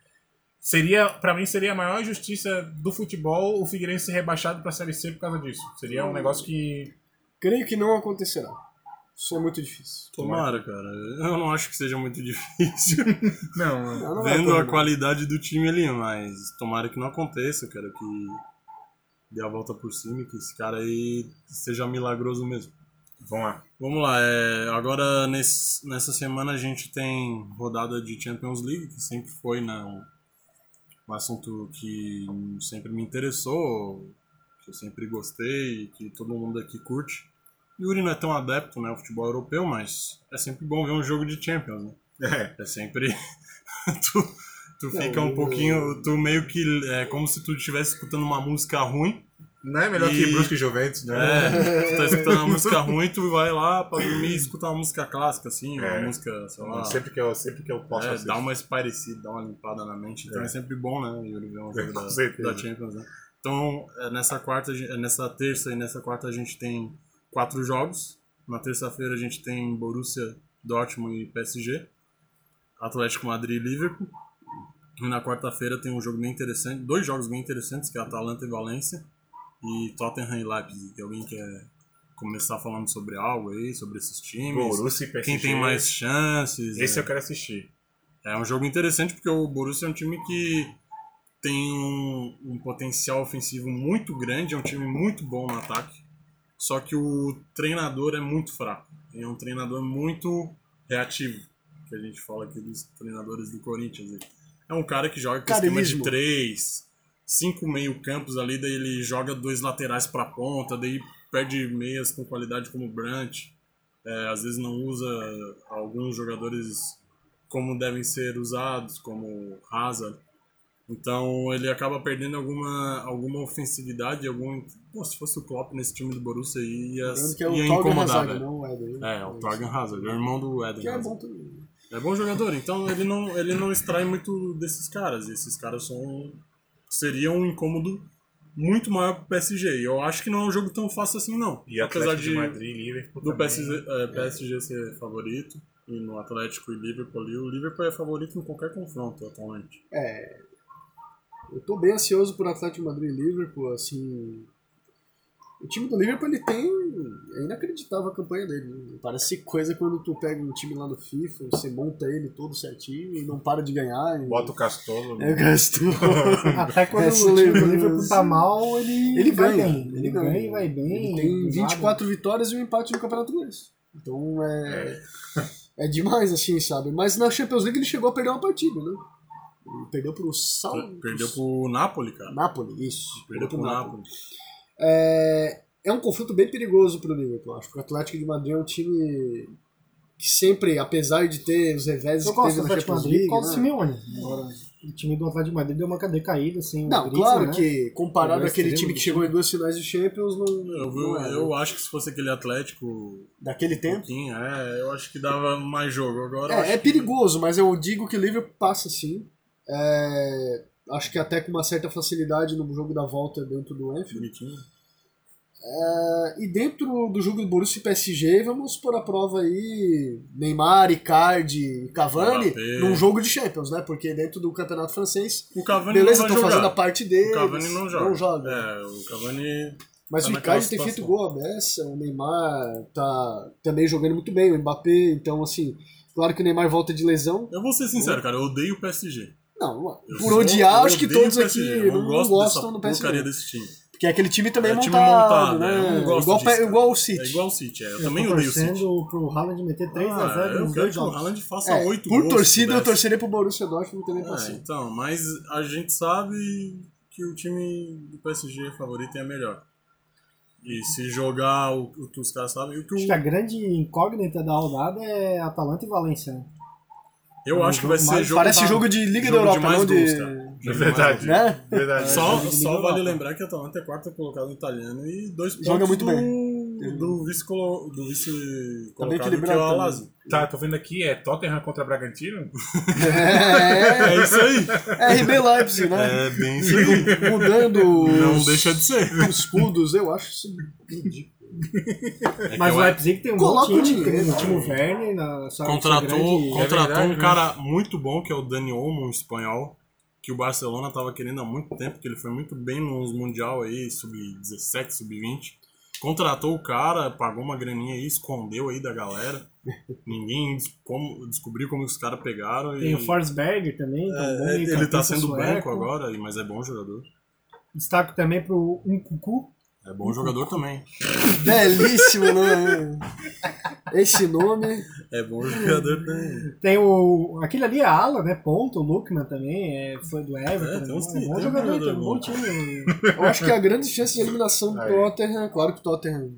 pra mim seria a maior injustiça do futebol o Figueirense ser rebaixado pra Série C por causa disso. Seria um negócio que... Creio que não acontecerá. Isso é muito difícil. Tomara, cara. Eu não acho que seja muito difícil. não vendo a qualidade do time ali, mas tomara que não aconteça, cara, que dê a volta por cima e que esse cara aí seja milagroso mesmo. Vamos lá. Agora, nessa semana, a gente tem rodada de Champions League, que sempre foi um assunto que sempre me interessou, que eu sempre gostei, que todo mundo aqui curte. Yuri não é tão adepto, né, ao futebol europeu, mas é sempre bom ver um jogo de Champions, né? É sempre... tu fica um pouquinho... Tu meio que... É como se tu estivesse escutando uma música ruim. Não é melhor que Brusque e Juventus, né? Tu tá escutando uma música ruim, tu vai lá pra dormir e escutar uma música clássica, assim, uma música, sei lá... Sempre que eu posso assistir. Dá uma esparecida, dá uma limpada na mente. Então é sempre bom, né, Yuri, ver um jogo da Champions, né? Então, nessa terça e nessa quarta a gente tem 4 jogos. Na terça-feira a gente tem Borussia, Dortmund e PSG. Atlético Madrid e Liverpool. E na quarta-feira tem um jogo bem interessante, 2 jogos bem interessantes, que é Atalanta e Valência. E Tottenham e Leipzig. Que alguém quer começar falando sobre algo aí, sobre esses times? Borussia e PSG. Quem tem mais chances? Esse eu quero assistir. É um jogo interessante porque o Borussia é um time que tem um potencial ofensivo muito grande, é um time muito bom no ataque. Só que o treinador é muito fraco. É um treinador muito reativo, que a gente fala aqui dos treinadores do Corinthians. É um cara que joga com esquema de 3, 5 meio-campos ali, daí ele joga 2 laterais pra ponta, daí perde meias com qualidade como o Brandt. Às vezes não usa alguns jogadores como devem ser usados, como Hazard. Então ele acaba perdendo alguma ofensividade, se fosse o Klopp nesse time do Borussia ia incomodar, velho. O Torgan Hazard, é o irmão do Eden Hazard. É bom jogador, então ele não extrai muito desses caras, e esses caras seriam um incômodo muito maior pro PSG. E eu acho que não é um jogo tão fácil assim, não. E apesar de Madrid e Liverpool do também. PSG ser favorito, e no Atlético e Liverpool ali, o Liverpool é favorito em qualquer confronto atualmente. Eu tô bem ansioso por Atlético de Madrid e Liverpool, assim... O time do Liverpool, ele tem... É inacreditável a campanha dele. Né? Parece coisa quando tu pega um time lá no FIFA, você monta ele todo certinho e não para de ganhar. E... Bota o Castolo. É o Castolo. Até quando o time do Liverpool tá mal, ele vai ganha. bem. Ele ganha e vai bem. Ele tem 24 vitórias e um empate no Campeonato Inglês. Então é demais, assim, sabe? Mas na Champions League ele chegou a perder uma partida, né? Ele perdeu pro Perdeu pro Napoli, cara. Napoli, isso. Perdeu pro Napoli. É um confronto bem perigoso pro Liverpool, acho. Porque o Atlético de Madrid é um time que sempre, apesar de ter os reveses que teve na Champions League... Eu gosto do Simeone. Agora, o time do Atlético de Madrid deu uma decaída, assim. Não, Gris, claro, né? que comparado àquele time que chegou em 2 finais de Champions, Eu acho que se fosse aquele Atlético... Daquele tempo? Eu acho que dava mais jogo. Agora É perigoso, mas eu digo que o Liverpool passa sim. Acho que até com uma certa facilidade no jogo da volta dentro do Anfield. Bonitinho. E dentro do jogo do Borussia e PSG, vamos pôr a prova aí Neymar, Icardi e Cavani Mbappé. num jogo de Champions, né? Porque dentro do campeonato francês, O Cavani beleza, não vai estão jogar. fazendo a parte deles. O Cavani não joga. É, o Cavani... mas tá o naquela Icardi tem feito situação. gol à beça, o Neymar tá também jogando muito bem, o Mbappé, então assim, claro que o Neymar volta de lesão. Eu vou ser sincero, cara, eu odeio o PSG. Não, por odiar, acho que odeio todos o PSG. aqui Eu não gosto gostam dessa do PSG. porcaria desse time. Porque é aquele time também Time montado, montado, né? eu não gosto disso, cara. Igual o City. É igual o City, eu Eu também tô odeio o City. torcendo pro Haaland meter 3x0 Eu nos quero dois que o jogos. Haaland faça 8 Por gols. torcida, eu se pudesse. torceria pro Borussia Dortmund também passando. Então, mas a gente sabe que o time do PSG é favorito e é melhor. E se jogar o que os caras sabem... Acho que a grande incógnita da rodada é Atalanta e Valência, né? Eu acho que vai ser jogo... Parece jogo de Liga da Europa, mais não gols, de... cara. É verdade. Né? Verdade. Só vale lembrar que a Atalanta é quarta colocada no italiano e 2 pontos Joga muito do vice-colocado Tá bem que é o equilibrado Lazio. Tá, tô vendo aqui, Tottenham contra Bragantino? É isso aí. RB Leipzig, né? É bem isso aí. Mudando Não deixa de ser. os escudos, eu acho isso ridículo. Mas o Leipzig tem um bom Coloca o time, dinheiro, tem o Timo Werner, Contratou verdade, um cara muito bom, que é o Dani Olmo, um espanhol, que o Barcelona estava querendo há muito tempo, que ele foi muito bem nos Mundial aí, sub-17, sub-20. Contratou o cara, pagou uma graninha aí, escondeu aí da galera. Ninguém descobriu como os caras pegaram. Tem o Forsberg também, que é um bom ele tá meio-campista sendo sueco. banco agora, mas é bom jogador. Destaco também pro Nkunku. É bom jogador também. Belíssimo nome. Esse nome. É bom jogador também. Tem aquele ali, a ala, né? Ponto, o Lukman também, foi do Everton. tem uns É um bom tem jogador, tem um bom. bom time. Eu acho que a grande chance de eliminação do Tottenham, claro que o Tottenham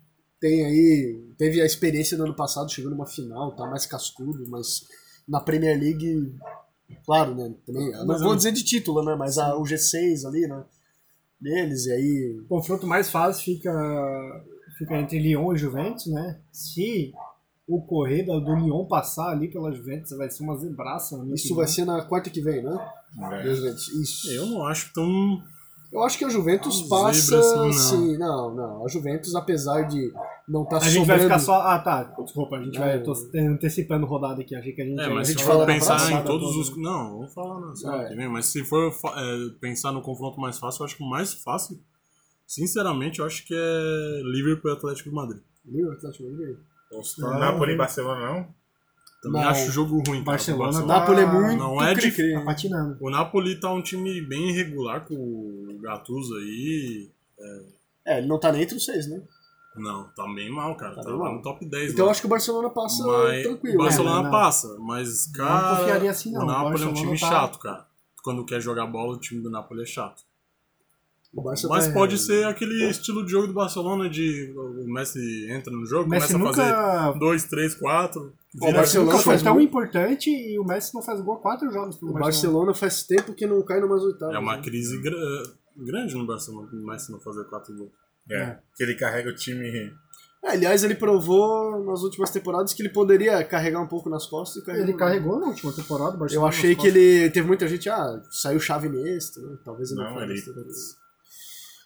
teve a experiência do ano passado, chegou numa final, tá mais cascudo, mas na Premier League, claro, né? Também, não vou dizer de título, né? Mas o G6 ali, né? Deles, e aí. O confronto mais fácil fica entre Lyon e Juventus, né? Se o correr do Lyon passar ali pela Juventus, vai ser uma zebraça. Isso vai ser na quarta que vem, né? Isso. Eu não acho tão... Eu acho que a Juventus passa. Sim, não. A Juventus, apesar de não estar A gente vai sobrando. ficar só. Desculpa, a gente vai. Tô antecipando rodada aqui. Achei que a gente mas gente se fala for na pensar próxima, em todos os... Não, vamos falar na semana que vem. Mas se for pensar no confronto mais fácil, eu acho que o mais fácil, sinceramente, eu acho que é Liverpool e Atlético de Madrid. Liverpool, Atlético de Madrid. Napoli e Barcelona, não? Também Não. acho o jogo ruim. Cara, Barcelona do Napoli é muito. Não é de- cri-cri. tá patinando. O Napoli tá um time bem irregular com o Gattuso aí. Ele não tá nem entre os 6, né? Não, tá bem mal, cara. Tá bem lá mal. no top 10. Então eu lá. acho que o Barcelona passa Mas tranquilo. o Barcelona não. passa, mas, cara, Não confiaria assim, não. o O Napoli é um Barcelona time tá- chato, cara. Quando quer jogar bola, o time do Napoli é chato. O Barça Mas tá- pode ser aquele estilo de jogo do Barcelona de o Messi entra no jogo, O Messi começa a nunca. fazer 2, 3, 4. O Barcelona nunca foi faz tão gol. importante e o Messi não faz gol há 4 jogos pelo O Barcelona faz tempo que não cai numas oitavas. É uma né? crise grande no Barcelona, o Messi não fazer 4 gols. Que ele carrega o time. Aliás, ele provou nas últimas temporadas que ele poderia carregar um pouco nas costas e carregou. Ele carregou na última temporada do Eu Barcelona. achei que ele. Teve muita gente, saiu chave Iniesta, né? Talvez ele Não, faça ele- isso.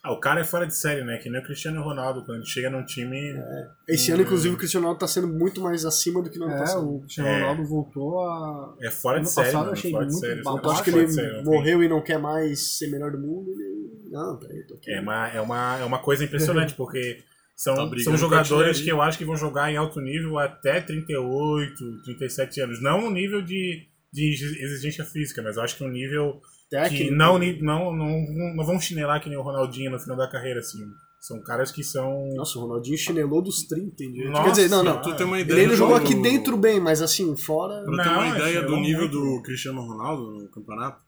O cara é fora de série, né? Que nem o Cristiano Ronaldo, quando chega num time... Esse ano, inclusive, o Cristiano Ronaldo tá sendo muito mais acima do que no ano passado. O Cristiano Ronaldo voltou a... É fora de ano série, passado mano, eu achei fora de muito série. baixo. Eu acho que ele morreu e não quer mais ser melhor do mundo. Não, peraí, tô aqui. É uma coisa impressionante, porque são brigando jogadores que eu acho que vão jogar em alto nível até 38, 37 anos. Não um nível de exigência física, mas eu acho que um nível Técnico. que não vão chinelar que nem o Ronaldinho no final da carreira, assim. São caras que são... Nossa, o Ronaldinho chinelou dos 30, entendeu? Nossa, Quer dizer, não. Tu tem uma ideia Ele ainda jogou do- aqui dentro bem, mas assim, fora... Pra ter uma Não, ideia do chegou nível muito. do Cristiano Ronaldo no campeonato,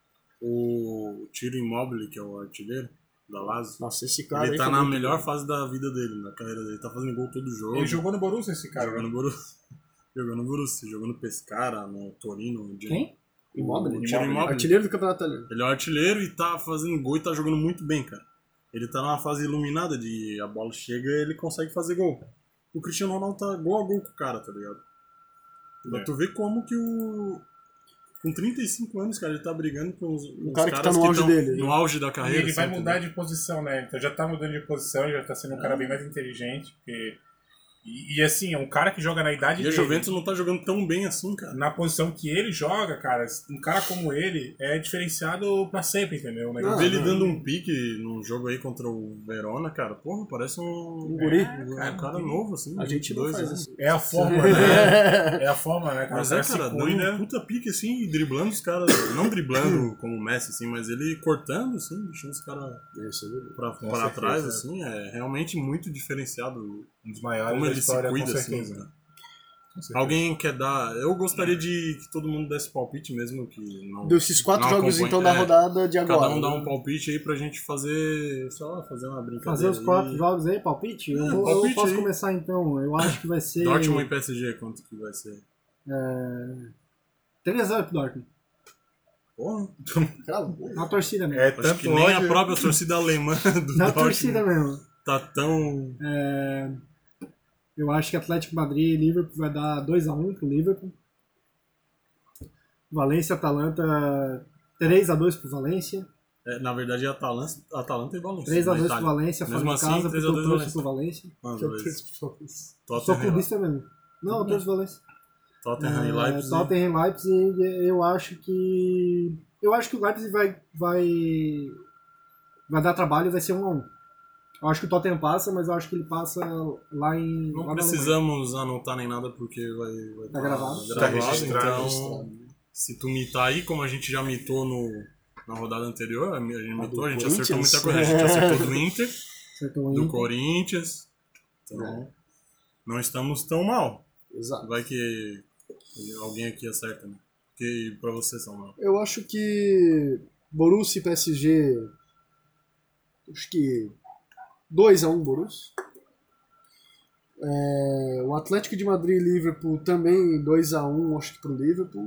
o Ciro Immobile, que é o artilheiro da Lazio, Nossa, esse cara ele aí tá foi na muito melhor bom. fase da vida dele, na carreira dele. Tá fazendo gol todo jogo. Ele jogou no Borussia, esse cara. Jogou no Borussia. Jogou no Borussia, jogou no Pescara, no Torino. Quem? Immobile? O Ciro Immobile. Artilheiro do campeonato italiano. Ele é o artilheiro e tá fazendo gol e tá jogando muito bem, cara. Ele tá numa fase iluminada de a bola chega e ele consegue fazer gol. O Cristiano Ronaldo tá gol a gol com o cara, tá ligado? Pra tu ver como que o... Com 35 anos, cara, ele tá brigando com os cara que caras tá no auge tão dele. no auge da E carreira. ele vai assim, mudar entendeu? de posição, né? Então já tá mudando de posição, já tá sendo um cara bem mais inteligente. E assim, é um cara que joga na idade E a dele. Juventus não tá jogando tão bem assim, cara. Na posição que ele joga, cara, um cara como ele é diferenciado pra sempre, entendeu? O negócio Ver ele dando um pique num jogo aí contra o Verona, cara, porra, parece um guri. Um cara novo, assim. A gente não 22 faz anos. isso. É a forma, né? É a forma, né? Mas o cara cara, se dando cuida. um puta pique, assim, driblando os caras. Não driblando como o Messi, assim, mas ele cortando, assim, deixando os caras Isso, é verdade. pra certeza, trás, é. assim. É realmente muito diferenciado Um dos maiores como da ele se história, cuida, com assim. certeza. Né? Com certeza. Alguém quer dar... Eu gostaria de que todo mundo desse palpite mesmo, que não... Desses 4 não jogos, acompanha- então, da rodada de agora. Cada um dá né? um palpite aí pra gente fazer... Só fazer uma brincadeira. Fazer os 4 aí. jogos aí, palpite? Eu palpite posso aí. começar então. Eu acho que vai ser... Dortmund e PSG, quanto que vai ser? 3x0 pro Dortmund. Porra, Cravo. Na torcida mesmo. É acho tanto que nem a ódio. própria torcida alemã do Na Dortmund torcida mesmo. tá tão... Eu acho que Atlético Madrid e Liverpool vai dar 2x1 pro Liverpool. Valência, Atalanta 3x2 pro Valência. na verdade é Atalanta e Valência. 3x2 na pro Itália. Valência, fora Mesmo de assim, casa, porque 3 a eu 2 torço Valência. pro Valência. Ah, Que eu beleza. torço pro Valência. Sou Tottenham, clubista mesmo. Não, eu torço pro Valência. Tottenham e Leipzig. Tottenham e Leipzig, eu acho que o Leipzig vai dar trabalho e vai ser 1x1. Eu acho que o Tottenham passa, mas eu acho que ele passa lá em... Não lá na precisamos anotar nem nada porque vai Tá gravado. Tá registrado. Então, se tu mitar aí, como a gente já mitou na rodada anterior, a gente mitou, a gente acertou Corinthians. muita coisa. A gente acertou do Inter, Acertou o do Inter. Corinthians. Então, não estamos tão mal. Exato. Vai que alguém aqui acerta, né? Porque pra vocês são mal. Eu acho que Borussia e PSG... Acho que 2x1 Borussia. O Atlético de Madrid e Liverpool também 2x1, acho que pro Liverpool.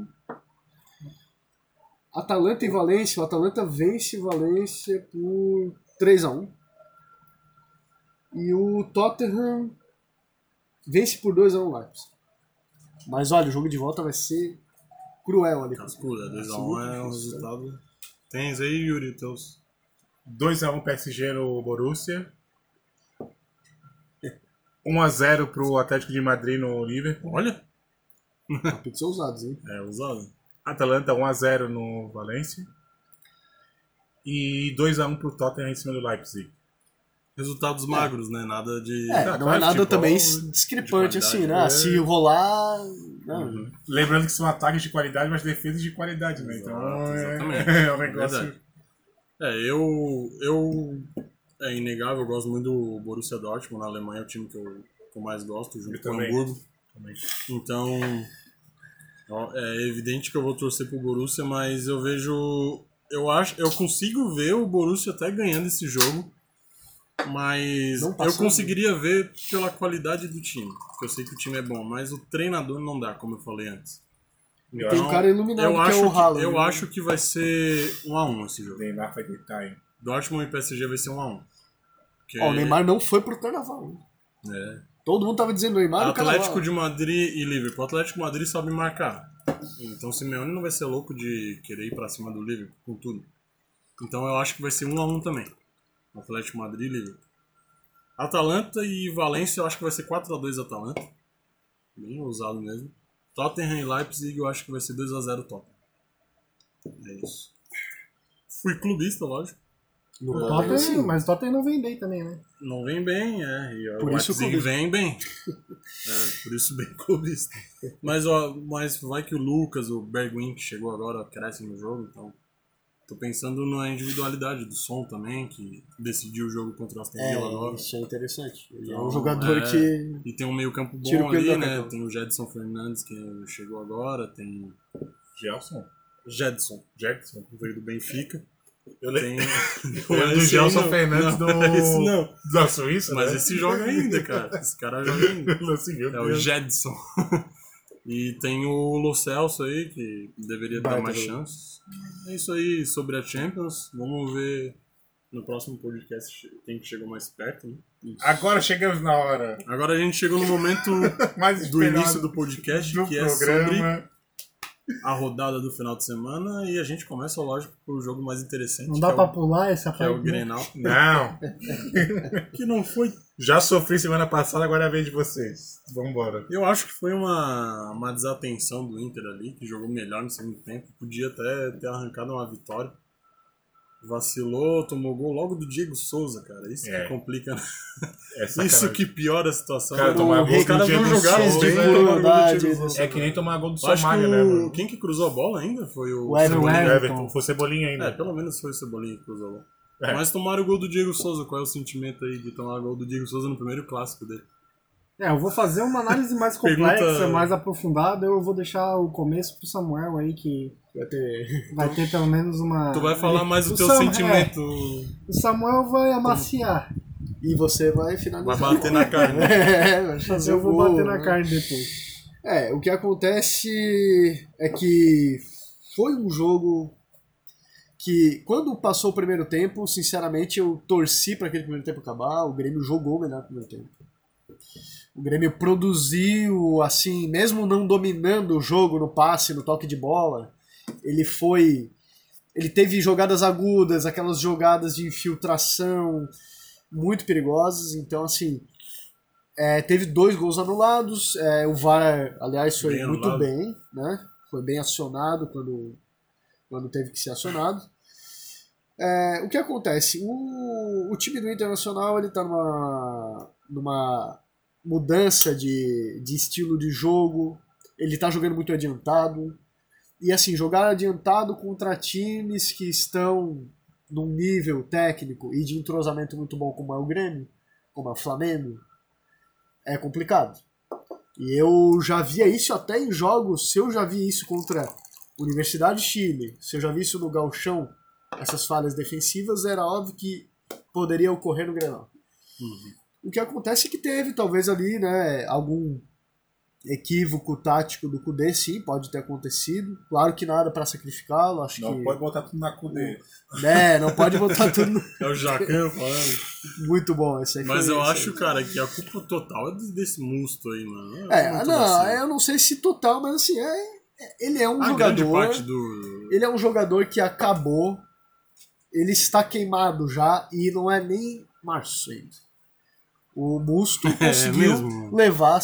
Atalanta e Valência. O Atalanta vence Valência por 3x1. E o Tottenham vence por 2x1 Leipzig. Mas olha, o jogo de volta vai ser cruel ali. Cascuda, 2x1 é um resultado. Tens aí, Yuri, teus. 2x1 PSG no Borussia. 1x0 pro Atlético de Madrid no Liverpool. Olha! Palpites ousados, hein? É, usado. Atalanta 1x0 no Valência. E 2x1 pro Tottenham em cima do Leipzig. Resultados magros, né? Nada de. Não é nada futebol, também de discrepante assim, né? qualidade. Se rolar. Não. Lembrando que são ataques de qualidade, mas defesas de qualidade, né? Então Exatamente. é um negócio. Verdade. É inegável, eu gosto muito do Borussia Dortmund, na Alemanha é o time que eu mais gosto, junto Eu com o também. Hamburgo. Então, é evidente que eu vou torcer pro Borussia, mas eu vejo... Eu consigo ver o Borussia até ganhando esse jogo, mas Não eu passou, conseguiria ver pela qualidade do time, porque eu sei que o time é bom, mas o treinador não dá, como eu falei antes. Tem um cara iluminado que é o Haaland. Eu acho que vai ser 1x1 esse O jogo. Neymar vai deitar, hein? Dortmund e PSG vai ser 1x1. Porque, O Neymar não foi pro carnaval. Né? é, Todo mundo tava dizendo Neymar no carnaval. Atlético de Madrid e Liverpool. O Atlético de Madrid sabe marcar. Então o Simeone não vai ser louco de querer ir pra cima do Liverpool com tudo. Então eu acho que vai ser 1x1 também. Atlético Madrid e Liverpool. Atalanta e Valência, eu acho que vai ser 4x2 Atalanta. Bem ousado mesmo. Tottenham e Leipzig, eu acho que vai ser 2x0 Tottenham. É isso. Fui clubista, lógico. Tottenham, mas o Tottenham não vem bem também, né? Não vem bem, E por o isso Leipzig vem bem. Por isso bem clubista. Mas vai que o Lucas, o Bergwijn, que chegou agora, cresce no jogo, então... Tô pensando na individualidade do Son também, que decidiu o jogo contra o Aston Villa agora. Isso é interessante. Ele então, é um jogador que... E tem um meio campo bom ali, né? Tem o Jedson Fernandes, que chegou agora, tem... Jedson, veio do Benfica. Eu lembro do Gelson Fernandes da Suíça, mas né? esse joga ainda, cara. Esse cara joga ainda. O Jedson. E tem o Lo Celso aí, que deveria dar mais chances. É isso aí sobre a Champions. Vamos ver no próximo podcast quem que chegou mais perto, né? Agora chegamos na hora. Agora a gente chegou no momento do início do podcast, que é sobre a rodada do final de semana. E a gente começa, lógico, com o jogo mais interessante. Não dá pra pular essa parte? Que é o Grenal. Não. Que não foi... Já sofri semana passada, agora é a vez de vocês. Vambora. Eu acho que foi uma desatenção do Inter ali, que jogou melhor no segundo tempo. Podia até ter arrancado uma vitória. Vacilou, tomou gol logo do Diego Souza, cara. Isso que complica. Isso que piora a situação. Cara, os caras não jogaram Souza. É que nem tomar gol do Somália, né? Quem que cruzou a bola ainda foi o Everton. Foi o Cebolinha ainda. Pelo menos foi o Cebolinha que cruzou a bola. Mas tomaram o gol do Diego Souza. Qual é o sentimento aí de tomar o gol do Diego Souza no primeiro clássico dele? Eu vou fazer uma análise mais complexa, mais aprofundada. Eu vou deixar o começo pro Samuel aí, que vai ter pelo menos uma... Tu vai falar mais o teu sentimento. O Samuel vai amaciar. E você vai finalizar. Vai bater na carne. Vai fazer eu vou bater na carne depois. O que acontece é que foi um jogo que, quando passou o primeiro tempo, sinceramente, eu torci para aquele primeiro tempo acabar. O Grêmio jogou melhor no primeiro tempo. O Grêmio produziu, assim, mesmo não dominando o jogo no passe, no toque de bola, ele teve jogadas agudas, aquelas jogadas de infiltração muito perigosas. Então, assim, teve 2 gols anulados. O VAR, aliás, foi bem muito bem, né? Foi bem acionado quando teve que ser acionado. O que acontece? O time do Internacional ele está numa mudança de estilo de jogo. Ele está jogando muito adiantado. E assim, jogar adiantado contra times que estão num nível técnico e de entrosamento muito bom, como é o Grêmio, como é o Flamengo, é complicado. E eu já via isso até em jogos. Se eu já vi isso contra Universidade de Chile, se eu já vi isso no Gauchão, essas falhas defensivas, era óbvio que poderia ocorrer no Grenal. O que acontece é que teve, talvez ali, né, algum equívoco tático do Kudê, sim, pode ter acontecido. Claro que nada para sacrificá-lo, acho não que... Não pode botar tudo na Kudê. Não pode botar tudo no... É o Jacan falando. Muito bom, esse aí. Mas eu acho, cara, que a culpa total é desse Musto aí, mano. Eu não sei se total, mas assim, ele é um jogador... Parte do... Ele é um jogador que acabou, ele está queimado já, e não é nem março ainda. O Musto conseguiu levar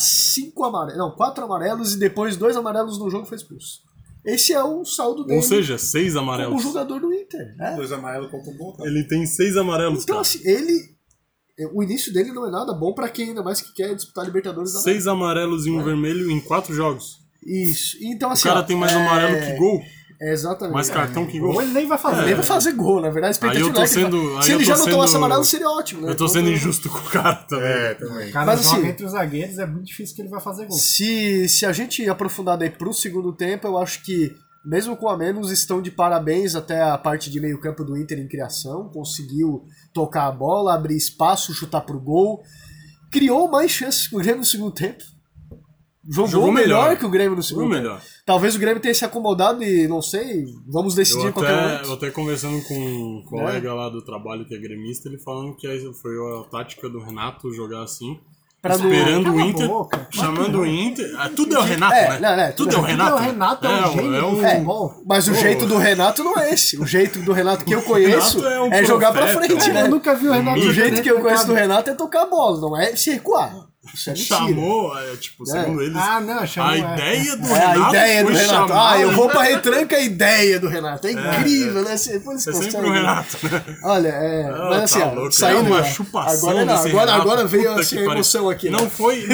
4 amarelos e depois 2 amarelos no jogo foi expulso. Esse é o saldo dele. Ou seja, 6 amarelos. Como jogador do Inter. 2 amarelos contra o gol. Ele tem 6 amarelos. Então, assim, o início dele não é nada bom pra quem ainda mais que quer disputar a Libertadores. 6 amarelos e um vermelho em 4 jogos. Isso. Então, assim, o cara tem mais amarelo que gol. Exatamente. Mais cartão que gol. Ele nem vai fazer. Nem vai fazer gol, na verdade. Se ele já não tomasse amarelo, seria ótimo, né? Eu tô sendo injusto com o cara também. Também. O cara joga entre os zagueiros, é muito difícil que ele vai fazer gol. Se a gente aprofundar daí pro segundo tempo, eu acho que, mesmo com a menos, estão de parabéns até a parte de meio campo do Inter em criação. Conseguiu tocar a bola, abrir espaço, chutar pro gol. Criou mais chances que o Grêmio no segundo tempo. Jogou melhor que o Grêmio no segundo tempo. Talvez o Grêmio tenha se acomodado e, não sei, vamos decidir em qualquer momento. Eu até conversando com um colega lá do trabalho que é gremista, ele falando que foi a tática do Renato jogar assim, esperando o Inter, chamando o Inter. Tudo é o Renato, né? Tudo é o Renato. Tudo é o Renato, é um gênio do futebol. Mas o jeito do Renato não é esse. O jeito do Renato que eu conheço é jogar pra frente, né? Eu nunca vi o Renato. O jeito que eu conheço do Renato é tocar a bola, não é se recuar. Isso é mentira. Chamou, segundo eles, chamou, a ideia do Renato. A ideia do Renato. Chamar, eu vou pra retranca, a ideia do Renato. É incrível, né? Depois é sempre o Renato, né? Olha, mas assim, saindo uma chupação agora veio assim, a emoção aqui. Não foi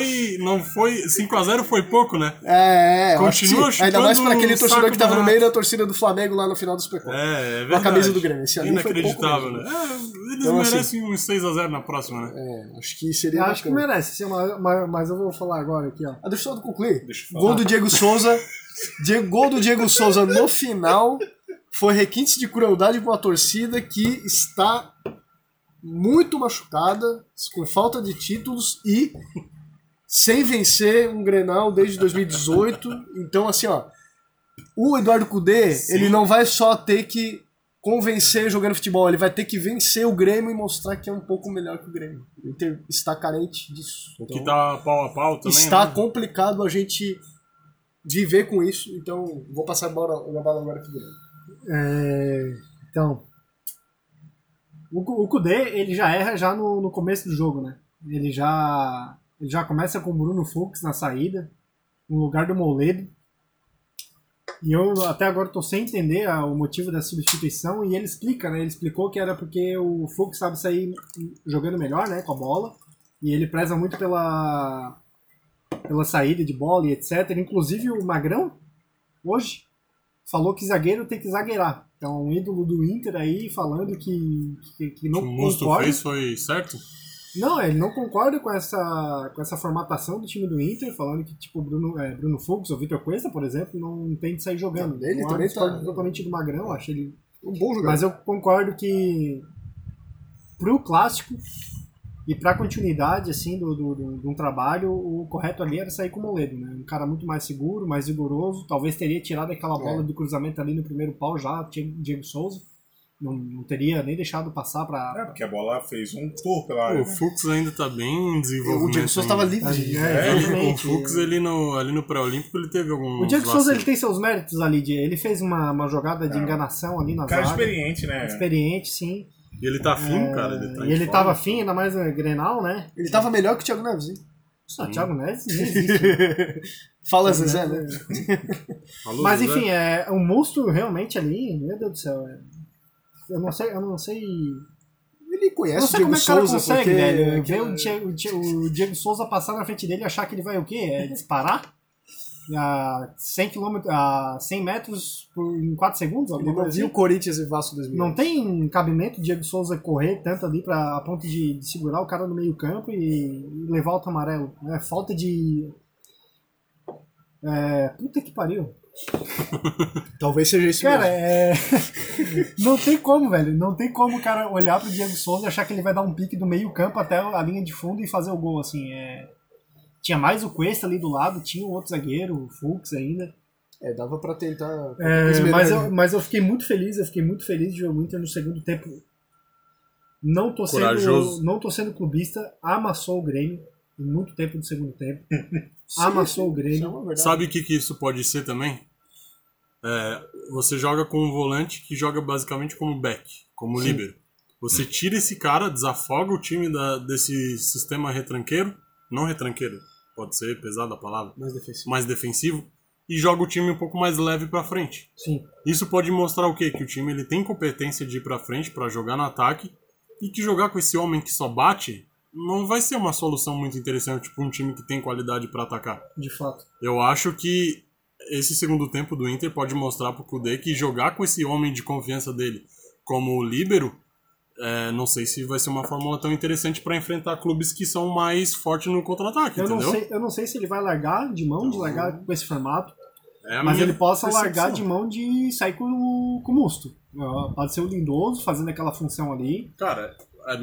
5x0 foi pouco, né? Continua chutando. Ainda mais pra aquele torcedor que tava no meio da torcida do Flamengo lá no final dos Pecos. É verdade. Com a camisa do Grêmio. Inacreditável, né? Eles merecem uns 6x0 na próxima, né? Acho que seria. Acho que merece. Mas eu vou falar agora aqui, ó. Deixa eu só concluir. Gol do Diego Souza. Gol do Diego Souza no final foi requinte de crueldade para uma torcida que está muito machucada, com falta de títulos e sem vencer um Grenal desde 2018. Então, assim, ó, o Eduardo Cudê, ele não vai só ter que convencer jogando futebol, ele vai ter que vencer o Grêmio e mostrar que é um pouco melhor que o Grêmio. O Inter está carente disso. O que tá pau a pau também, está complicado a gente viver com isso, então vou passar a bola agora aqui. Então, o Cudê, ele já erra já no começo do jogo, né? Ele já começa com o Bruno Fux na saída, no lugar do Moledo. E eu até agora estou sem entender o motivo da substituição, e ele explica, né? Ele explicou que era porque o Fux sabe sair jogando melhor, né, com a bola, e ele preza muito pela saída de bola e etc. Inclusive o Magrão, hoje, falou que zagueiro tem que zagueirar. Então, um ídolo do Inter aí falando que não concorda. O Musto fez foi certo? Não, ele não concorda com essa formatação do time do Inter, falando que tipo Bruno Fux ou Vitor Cuesta, por exemplo, não tem de sair jogando. Ele também está totalmente do Magrão, acho ele um bom jogador. Mas eu concordo que pro clássico e pra continuidade assim de um trabalho, o correto ali era sair com o Moledo, né? Um cara muito mais seguro, mais vigoroso, talvez teria tirado aquela bola do cruzamento ali no primeiro pau já, Diego Souza. Não teria nem deixado passar pra... porque a bola fez um tour pela área. O Fux ainda tá bem em desenvolvimento. O Diego Souza tava livre. O Fux ali no pré-olímpico ele teve alguns... O Diego Souza ele tem seus méritos ali. Ele fez uma jogada de enganação ali na zaga. Cara experiente, né? Experiente, sim. E ele tá fino, cara. Ele tava fino, ainda mais no Grenal, né? Ele tava melhor que o Thiago Neves, hein? O Thiago Neves nem existe. Fala, Zezé, né? Mas enfim, o monstro realmente ali, meu Deus do céu, Eu não sei. Ele conhece o Diego Souza, consegue, porque... velho. Ver o Diego Souza passar na frente dele e achar que ele vai o quê? Disparar? A 100 metros em 4 segundos? Ele não viu o Corinthians e Vasco 2000. Não tem cabimento o Diego Souza correr tanto ali a ponto de segurar o cara no meio campo e levar o amarelo. É falta de... puta que pariu. Talvez seja isso cara, mesmo. Não tem como, velho. Não tem como o cara olhar pro Diego Souza e achar que ele vai dar um pique do meio campo até a linha de fundo e fazer o gol, assim. Tinha mais o Cuesta ali do lado, tinha o outro zagueiro, o Fux ainda. Dava pra tentar... Mas eu fiquei muito feliz, de ver o Inter no segundo tempo. Não tô sendo clubista, amassou o Grêmio em muito tempo do segundo tempo. Amassou o Grêmio. Sabe o que isso pode ser também? Você joga com um volante que joga basicamente como back, como líbero. Você tira esse cara, desafoga o time desse sistema retranqueiro, não retranqueiro, pode ser pesada a palavra, mais defensivo, e joga o time um pouco mais leve pra frente. Sim. Isso pode mostrar o quê? Que o time ele tem competência de ir pra frente pra jogar no ataque, e que jogar com esse homem que só bate não vai ser uma solução muito interessante para um time que tem qualidade para atacar. De fato. Eu acho que esse segundo tempo do Inter pode mostrar pro Cudê que jogar com esse homem de confiança dele como líbero, não sei se vai ser uma fórmula tão interessante para enfrentar clubes que são mais fortes no contra-ataque, entendeu? Eu não sei se ele vai largar de mão, de largar com esse formato, mas ele possa largar de mão de sair com o Musto. Pode ser o Lindoso fazendo aquela função ali. Cara,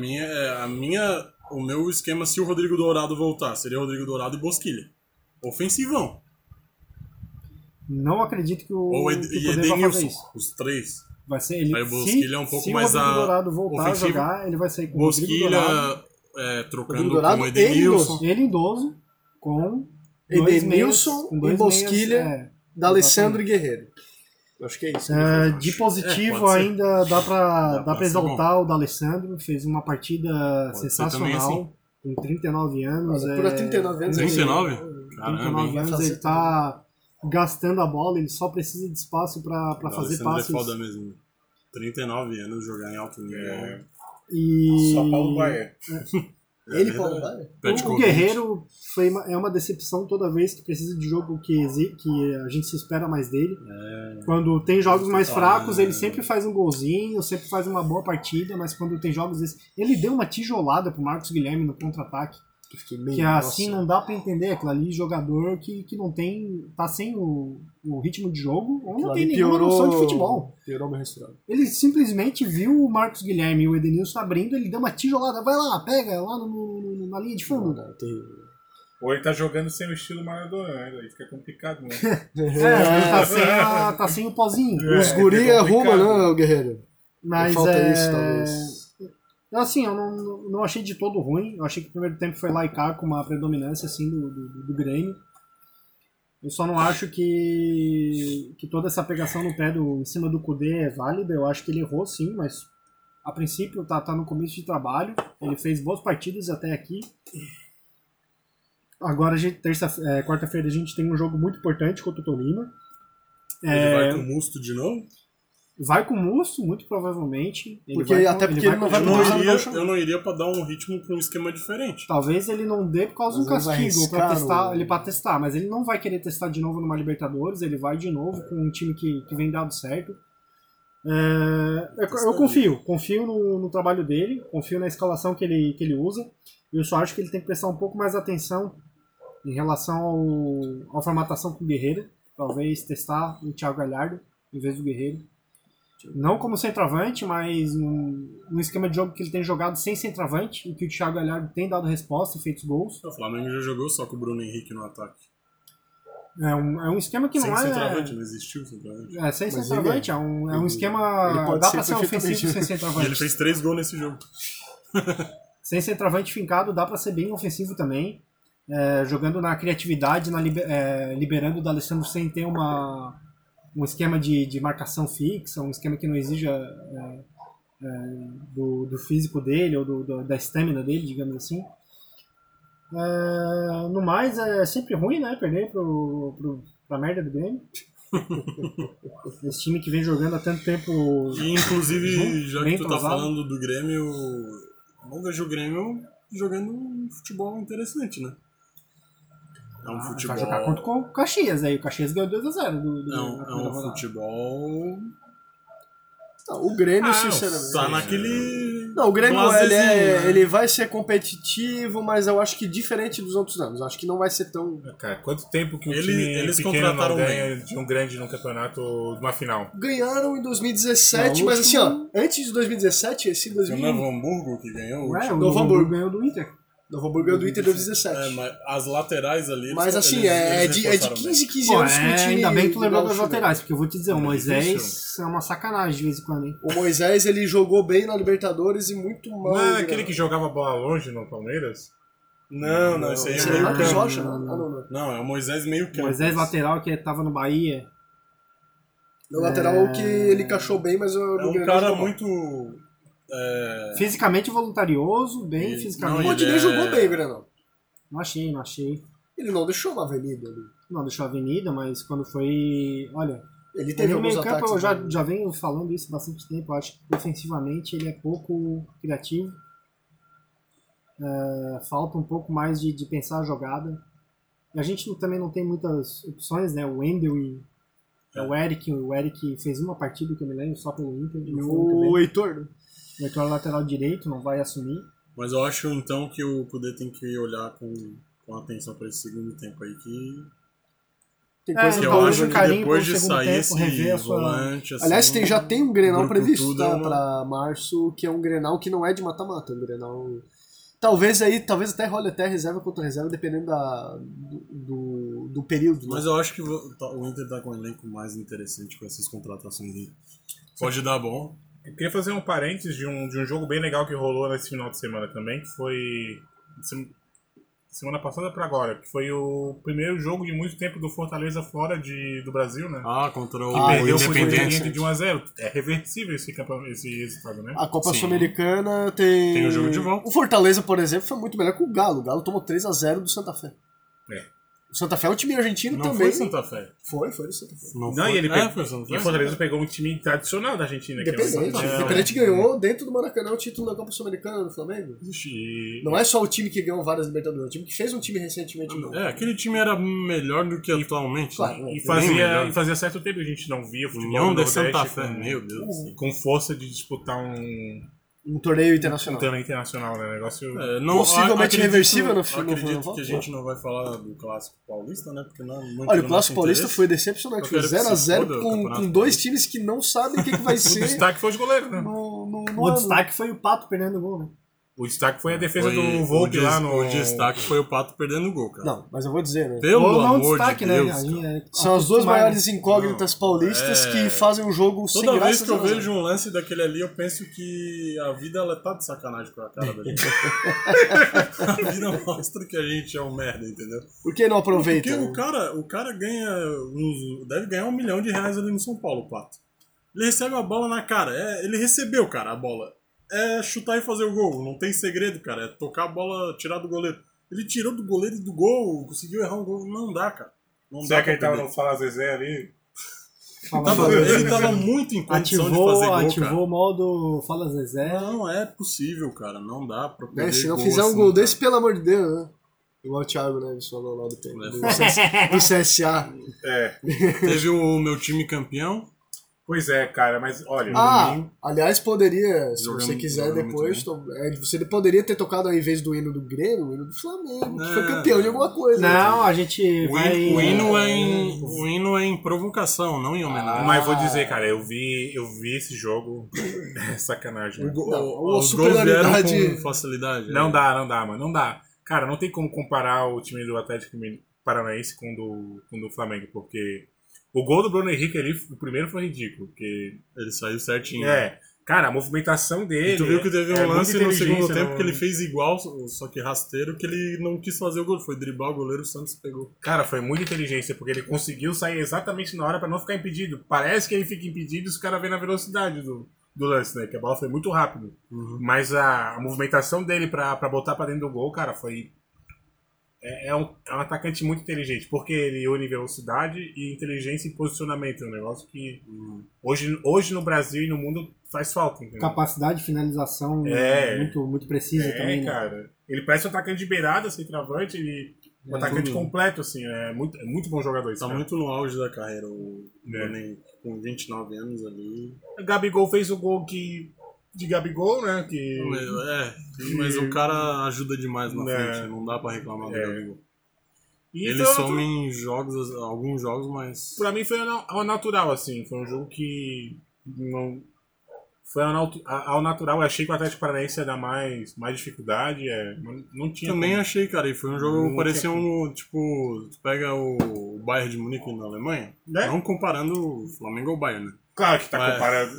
o meu esquema, se o Rodrigo Dourado voltar, seria Rodrigo Dourado e Bosquilha. Ofensivão. Não acredito que o Cudê vai fazer isso. Os três. Vai ser ele. Aí o Bosquilha é um pouco mais se o Rodrigo Dourado voltar a jogar, ele vai sair com o Rodrigo Dourado. trocando com o Edenilson. Ele em 12, com Edenilson e Bosquilha, D'Alessandro e Guerreiro. Eu acho que é isso. De positivo ainda dá pra exaltar o D'Alessandro, fez uma partida sensacional, com 39 anos. Por 39 anos. 39? 39 anos ele tá gastando a bola, ele só precisa de espaço pra fazer passes. É foda mesmo. 39 anos jogar em alto nível. Só Paulo Baier. Ele Paulo Baier? O Guerreiro é uma decepção toda vez que precisa de jogo que a gente se espera mais dele. Quando tem jogos mais fracos, ele sempre faz um golzinho, sempre faz uma boa partida, mas quando tem jogos desses... Ele deu uma tijolada pro Marcos Guilherme no contra-ataque. Que assim não dá pra entender aquilo ali, jogador que não tem, tá sem o ritmo de jogo ou não tem nenhuma noção de futebol. Piorou meu resultado. Ele simplesmente viu o Marcos Guilherme e o Edenilson abrindo, ele deu uma tijolada, vai lá, pega lá na linha de fundo. Ou ele tá jogando sem o estilo Maradona, né? Aí fica complicado, né? Ele tá sem o pozinho. Os guri arruma, né, Guerreiro? Mas falta isso, talvez. Assim, eu não achei de todo ruim. Eu achei que o primeiro tempo foi lá e cá com uma predominância assim, do Grêmio. Eu só não acho que toda essa pegação no pé em cima do Kudê é válida. Eu acho que ele errou sim, mas a princípio tá no começo de trabalho. Ele fez boas partidas até aqui. Agora, quarta-feira, a gente tem um jogo muito importante contra o Tolima. Ele vai com o Musto de novo? Vai com o Musto, muito provavelmente. Ele não vai eu não iria pra dar um ritmo pra um esquema diferente. Talvez ele não dê por causa do castigo pra testar, mas ele não vai querer testar de novo numa Libertadores, ele vai de novo com um time que vem dado certo. Eu confio no trabalho dele, confio na escalação que ele usa. Eu só acho que ele tem que prestar um pouco mais atenção em relação à formatação com o Guerreiro. Talvez testar o Thiago Galhardo em vez do Guerreiro. Não como centroavante, mas no esquema de jogo que ele tem jogado sem centroavante e que o Thiago Galhardo tem dado resposta e feito gols. O Flamengo já jogou só com o Bruno Henrique no ataque. É um esquema que sem não é... Sem centroavante, não existiu centroavante. Sem centroavante, é um esquema... Dá pra ser ofensivo sem centroavante. E ele fez 3 gols nesse jogo. Sem centroavante fincado, dá pra ser bem ofensivo também. Jogando na criatividade, liberando o D'Alessandro sem ter um esquema de marcação fixa, um esquema que não exija do físico dele ou da estamina dele, digamos assim. No mais, é sempre ruim, né? Perder pra merda do Grêmio. Esse time que vem jogando há tanto tempo. E inclusive, já que tu tá falando do Grêmio, não vejo o Grêmio jogando um futebol interessante, né? É um futebol... Vai jogar contra o Caxias, aí o Caxias ganhou 2-0 é um futebol... Não, o Grêmio, sinceramente... Tá naquele... Não, o Grêmio ele vai ser competitivo, mas eu acho que diferente dos outros anos. Acho que não vai ser tão... Cara, quanto tempo que um time pequeno não ganha de um grande no campeonato, uma final? Ganharam em 2017, mas assim, antes de 2017, esse 2020... O Novo Hamburgo que ganhou? O Novo Hamburgo ganhou do Inter. Novo Hamburgo ganhou do Inter em 2017. Mas as laterais ali... Mas assim, é de 15 anos que o time... Ainda bem que tu lembrou das laterais, porque eu vou te dizer, o Moisés é uma sacanagem de vez em quando, hein? O Moisés, ele jogou bem na Libertadores e muito mal... Não é aquele que jogava bola longe no Palmeiras? Não, esse aí é meio campo. Não, é o Moisés meio campo. Moisés lateral que tava no Bahia. O lateral que ele encaixou bem, mas... É um cara muito... Fisicamente voluntarioso, bem fisicamente. O Rodinei jogou bem, Grenal. Não achei. Ele não deixou uma avenida ali. Não deixou a avenida, mas quando foi... Olha, ele teve alguns meio ataques. Campo, eu já venho falando isso há bastante tempo. Eu acho que ofensivamente ele é pouco criativo. Falta um pouco mais de pensar a jogada. E a gente também não tem muitas opções, né? O Wendel e o Eric. O Eric fez uma partida que eu me lembro só pelo Inter. E o Heitor, né? O Heitor lateral direito, não vai assumir. Mas eu acho então que o Kudê tem que olhar com atenção para esse segundo tempo aí que... Tem coisa que eu acho que depois de sair esse volante... Assim, aliás, já tem um Grenal previsto, tá? Pra março, que é um Grenal que não é de mata-mata. Um Grenal... Talvez até role até reserva contra reserva, dependendo do período. Mas eu acho que o Inter tá com um elenco mais interessante com essas contratações aí. Pode dar bom. Eu queria fazer um parênteses de um jogo bem legal que rolou nesse final de semana também, que foi semana passada pra agora, que foi o primeiro jogo de muito tempo do Fortaleza fora do Brasil, né? Contra o que perdeu por Independente de 1-0. É reversível esse resultado, né? A Copa Sul-Americana tem o jogo de volta. O Fortaleza, por exemplo, foi muito melhor que o Galo. O Galo tomou 3-0 do Santa Fé. O Santa Fé é um time argentino também. Não foi Santa Fé. Foi do Santa Fé. E o Fortaleza pegou um time tradicional da Argentina. Independente ganhou dentro do Maracanã o título da Copa Sul-Americana do Flamengo. Não é só o time que ganhou várias Libertadores, é o time que fez um time recentemente. Aquele time era melhor do que atualmente. Claro, e fazia certo tempo que a gente não via futebol União do de Santa Nordeste Fé, meu Deus. com força de disputar um torneio internacional. Um torneio internacional, né? Negócio possivelmente reversível no final. Acredito que a gente não vai falar do Clássico Paulista, né? Porque não, olha, o Clássico Paulista foi decepcionante. Foi 0-0 com dois times que não sabem o que vai ser. O destaque foi os goleiros, né? O destaque foi o Pato perdendo o gol, né? O destaque foi a defesa do Volpe lá no... O destaque foi o Pato perdendo o gol, cara. Não, mas eu vou dizer, né? Pelo amor de Deus. São as duas maiores incógnitas paulistas que fazem um jogo sem graça. Toda vez que eu vejo um lance daquele ali, eu penso que a vida ela tá de sacanagem com a cara da gente. A vida mostra que a gente é um merda, entendeu? Por que não aproveita? Porque o cara ganha deve ganhar R$1 milhão ali no São Paulo, o Pato. Ele recebe a bola na cara. Ele recebeu, cara, a bola. É chutar e fazer o gol. Não tem segredo, cara. É tocar a bola, tirar do goleiro. Ele tirou do goleiro e do gol. Conseguiu errar um gol. Não dá, cara. Será que ele tava no Fala Zezé ali? Ele tava muito em condição de fazer gol, ativou o modo Fala Zezé. Não é possível, cara. Não dá pra perder se não gol fizer um assim, gol cara. desse, pelo amor de Deus, né? Igual o Thiago Neves falou lá do CSA. Teve o meu time campeão. Pois é, cara, mas olha... aliás, poderia, se você quiser depois, você poderia ter tocado ao invés do hino do Grêmio, o hino do Flamengo, que foi campeão de alguma coisa. Não, a gente vai... O hino é em provocação, não em homenagem. Mas vou dizer, cara, eu vi esse jogo... sacanagem. Os gols vieram com facilidade. Não dá, mano, não dá. Cara, não tem como comparar o time do Atlético Paranaense com o do Flamengo, porque... O gol do Bruno Henrique ali, o primeiro foi ridículo, porque... Ele saiu certinho. Cara, a movimentação dele... E tu viu que teve um lance no segundo tempo que ele fez igual, só que rasteiro, que ele não quis fazer o gol. Foi driblar o goleiro, o Santos pegou. Cara, foi muita inteligência, porque ele conseguiu sair exatamente na hora pra não ficar impedido. Parece que ele fica impedido se o cara vê na velocidade do lance, né? Que a bola foi muito rápido. Mas a movimentação dele pra botar pra dentro do gol, cara, foi... É um atacante muito inteligente, porque ele une velocidade e inteligência e posicionamento. É um negócio que hoje no Brasil e no mundo faz falta. Entendeu? Capacidade de finalização muito precisa também. Cara. Né? Ele parece um atacante de beirada, centroavante, um atacante completo, assim. É muito bom jogador esse Tá cara. muito no auge da carreira, o Bruno, com 29 anos ali. O Gabigol fez o gol de Gabigol, né? Mas o cara ajuda demais na frente, não dá pra reclamar do Gabigol. E ele some em alguns jogos, mas... Pra mim foi ao natural, assim. Foi um jogo que não... Foi ao natural. Eu achei que o Atlético Paranaense ia dar mais dificuldade. Não tinha. Também achei, cara. E foi um jogo que parecia tipo... Tu pega o Bayern de Munique na Alemanha. Não comparando o Flamengo ao Bayern, né? Claro que tá comparando.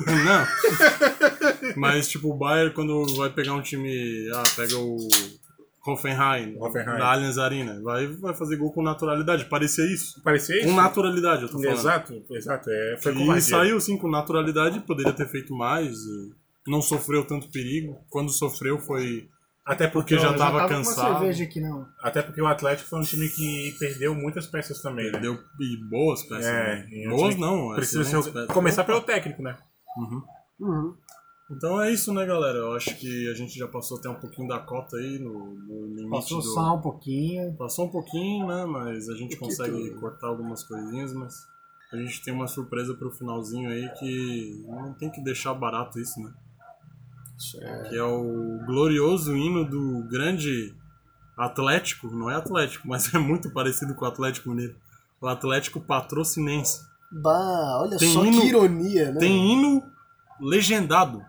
Não. Mas, tipo, o Bayern, quando vai pegar um time... pega o Hoffenheim. Na Allianz Arena. Vai fazer gol com naturalidade. Parecia isso. Com naturalidade, eu tô falando. Exato. Foi e saiu, sim, com naturalidade. Poderia ter feito mais. Não sofreu tanto perigo. Quando sofreu foi... Até porque já tava cansado. Com cerveja aqui, não. Até porque o Atlético foi um time que perdeu muitas peças também. Perdeu boas peças. Boas não. Precisa começar pelo técnico, né? Então é isso, né, galera? Eu acho que a gente já passou até um pouquinho da cota aí no limite. Passou só um pouquinho. Passou um pouquinho, né? Mas a gente consegue cortar algumas coisinhas, mas a gente tem uma surpresa pro finalzinho aí que não tem que deixar barato isso, né? Que é o glorioso hino do grande Atlético, não é Atlético, mas é muito parecido com o Atlético Mineiro. O Atlético Patrocinense. Olha só que ironia, né? Tem hino legendado.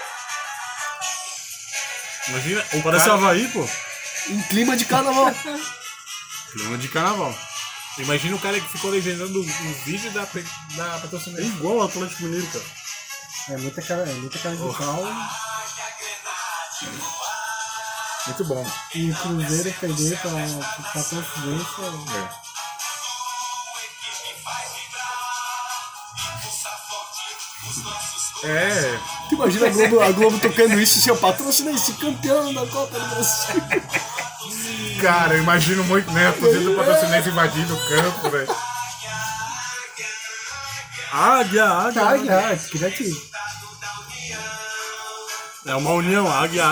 Imagina, parece Havaí, pô. Em clima de carnaval. Clima de carnaval. Imagina o cara que ficou legendando um vídeo da É patrocinadora. igual o Atlético Mineiro, cara. É muita cara de pau. Muito bom. E o Cruzeiro perder pra Confiança. Tu imagina a Globo tocando isso, seu patrocínio é esse campeão da Copa do Brasil. Cara, eu imagino muito, né? A torcida do Patrocinense invadindo o campo, velho. Águia, criativo. É uma união, águia.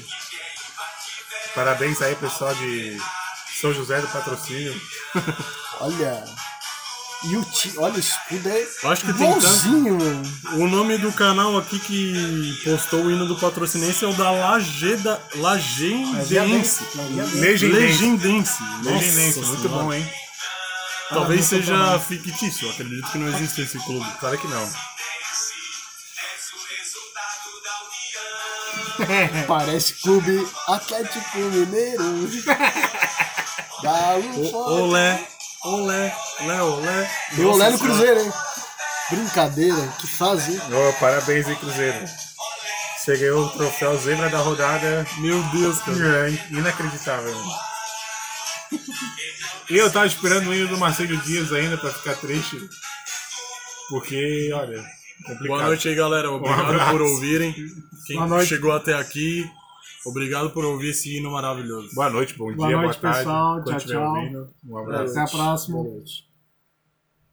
Parabéns aí, pessoal de São José do Patrocínio. Olha. E olha, o escudo é Acho que tem igualzinho. O nome do canal aqui que postou o hino do Patrocinense é o da Lagendense. Legendense. Muito bom, hein? Talvez seja fictício, acredito que não existe esse clube. Claro que não. Parece Clube Atlético Mineiro. Galo Olé. Deu olé no Cruzeiro, hein? Brincadeira, que fase, hein? Parabéns aí, Cruzeiro. Você ganhou o troféu Zebra da rodada. Meu Deus, cara. Inacreditável. E eu tava esperando o hino do Marcelo Dias ainda pra ficar triste. Porque, olha, complicado. Boa noite aí, galera. Obrigado por ouvirem. Quem chegou até aqui, obrigado por ouvir esse hino maravilhoso. Boa noite, bom dia, boa tarde. Pessoal. Tchau. Um abraço. Até a próxima. Boa noite.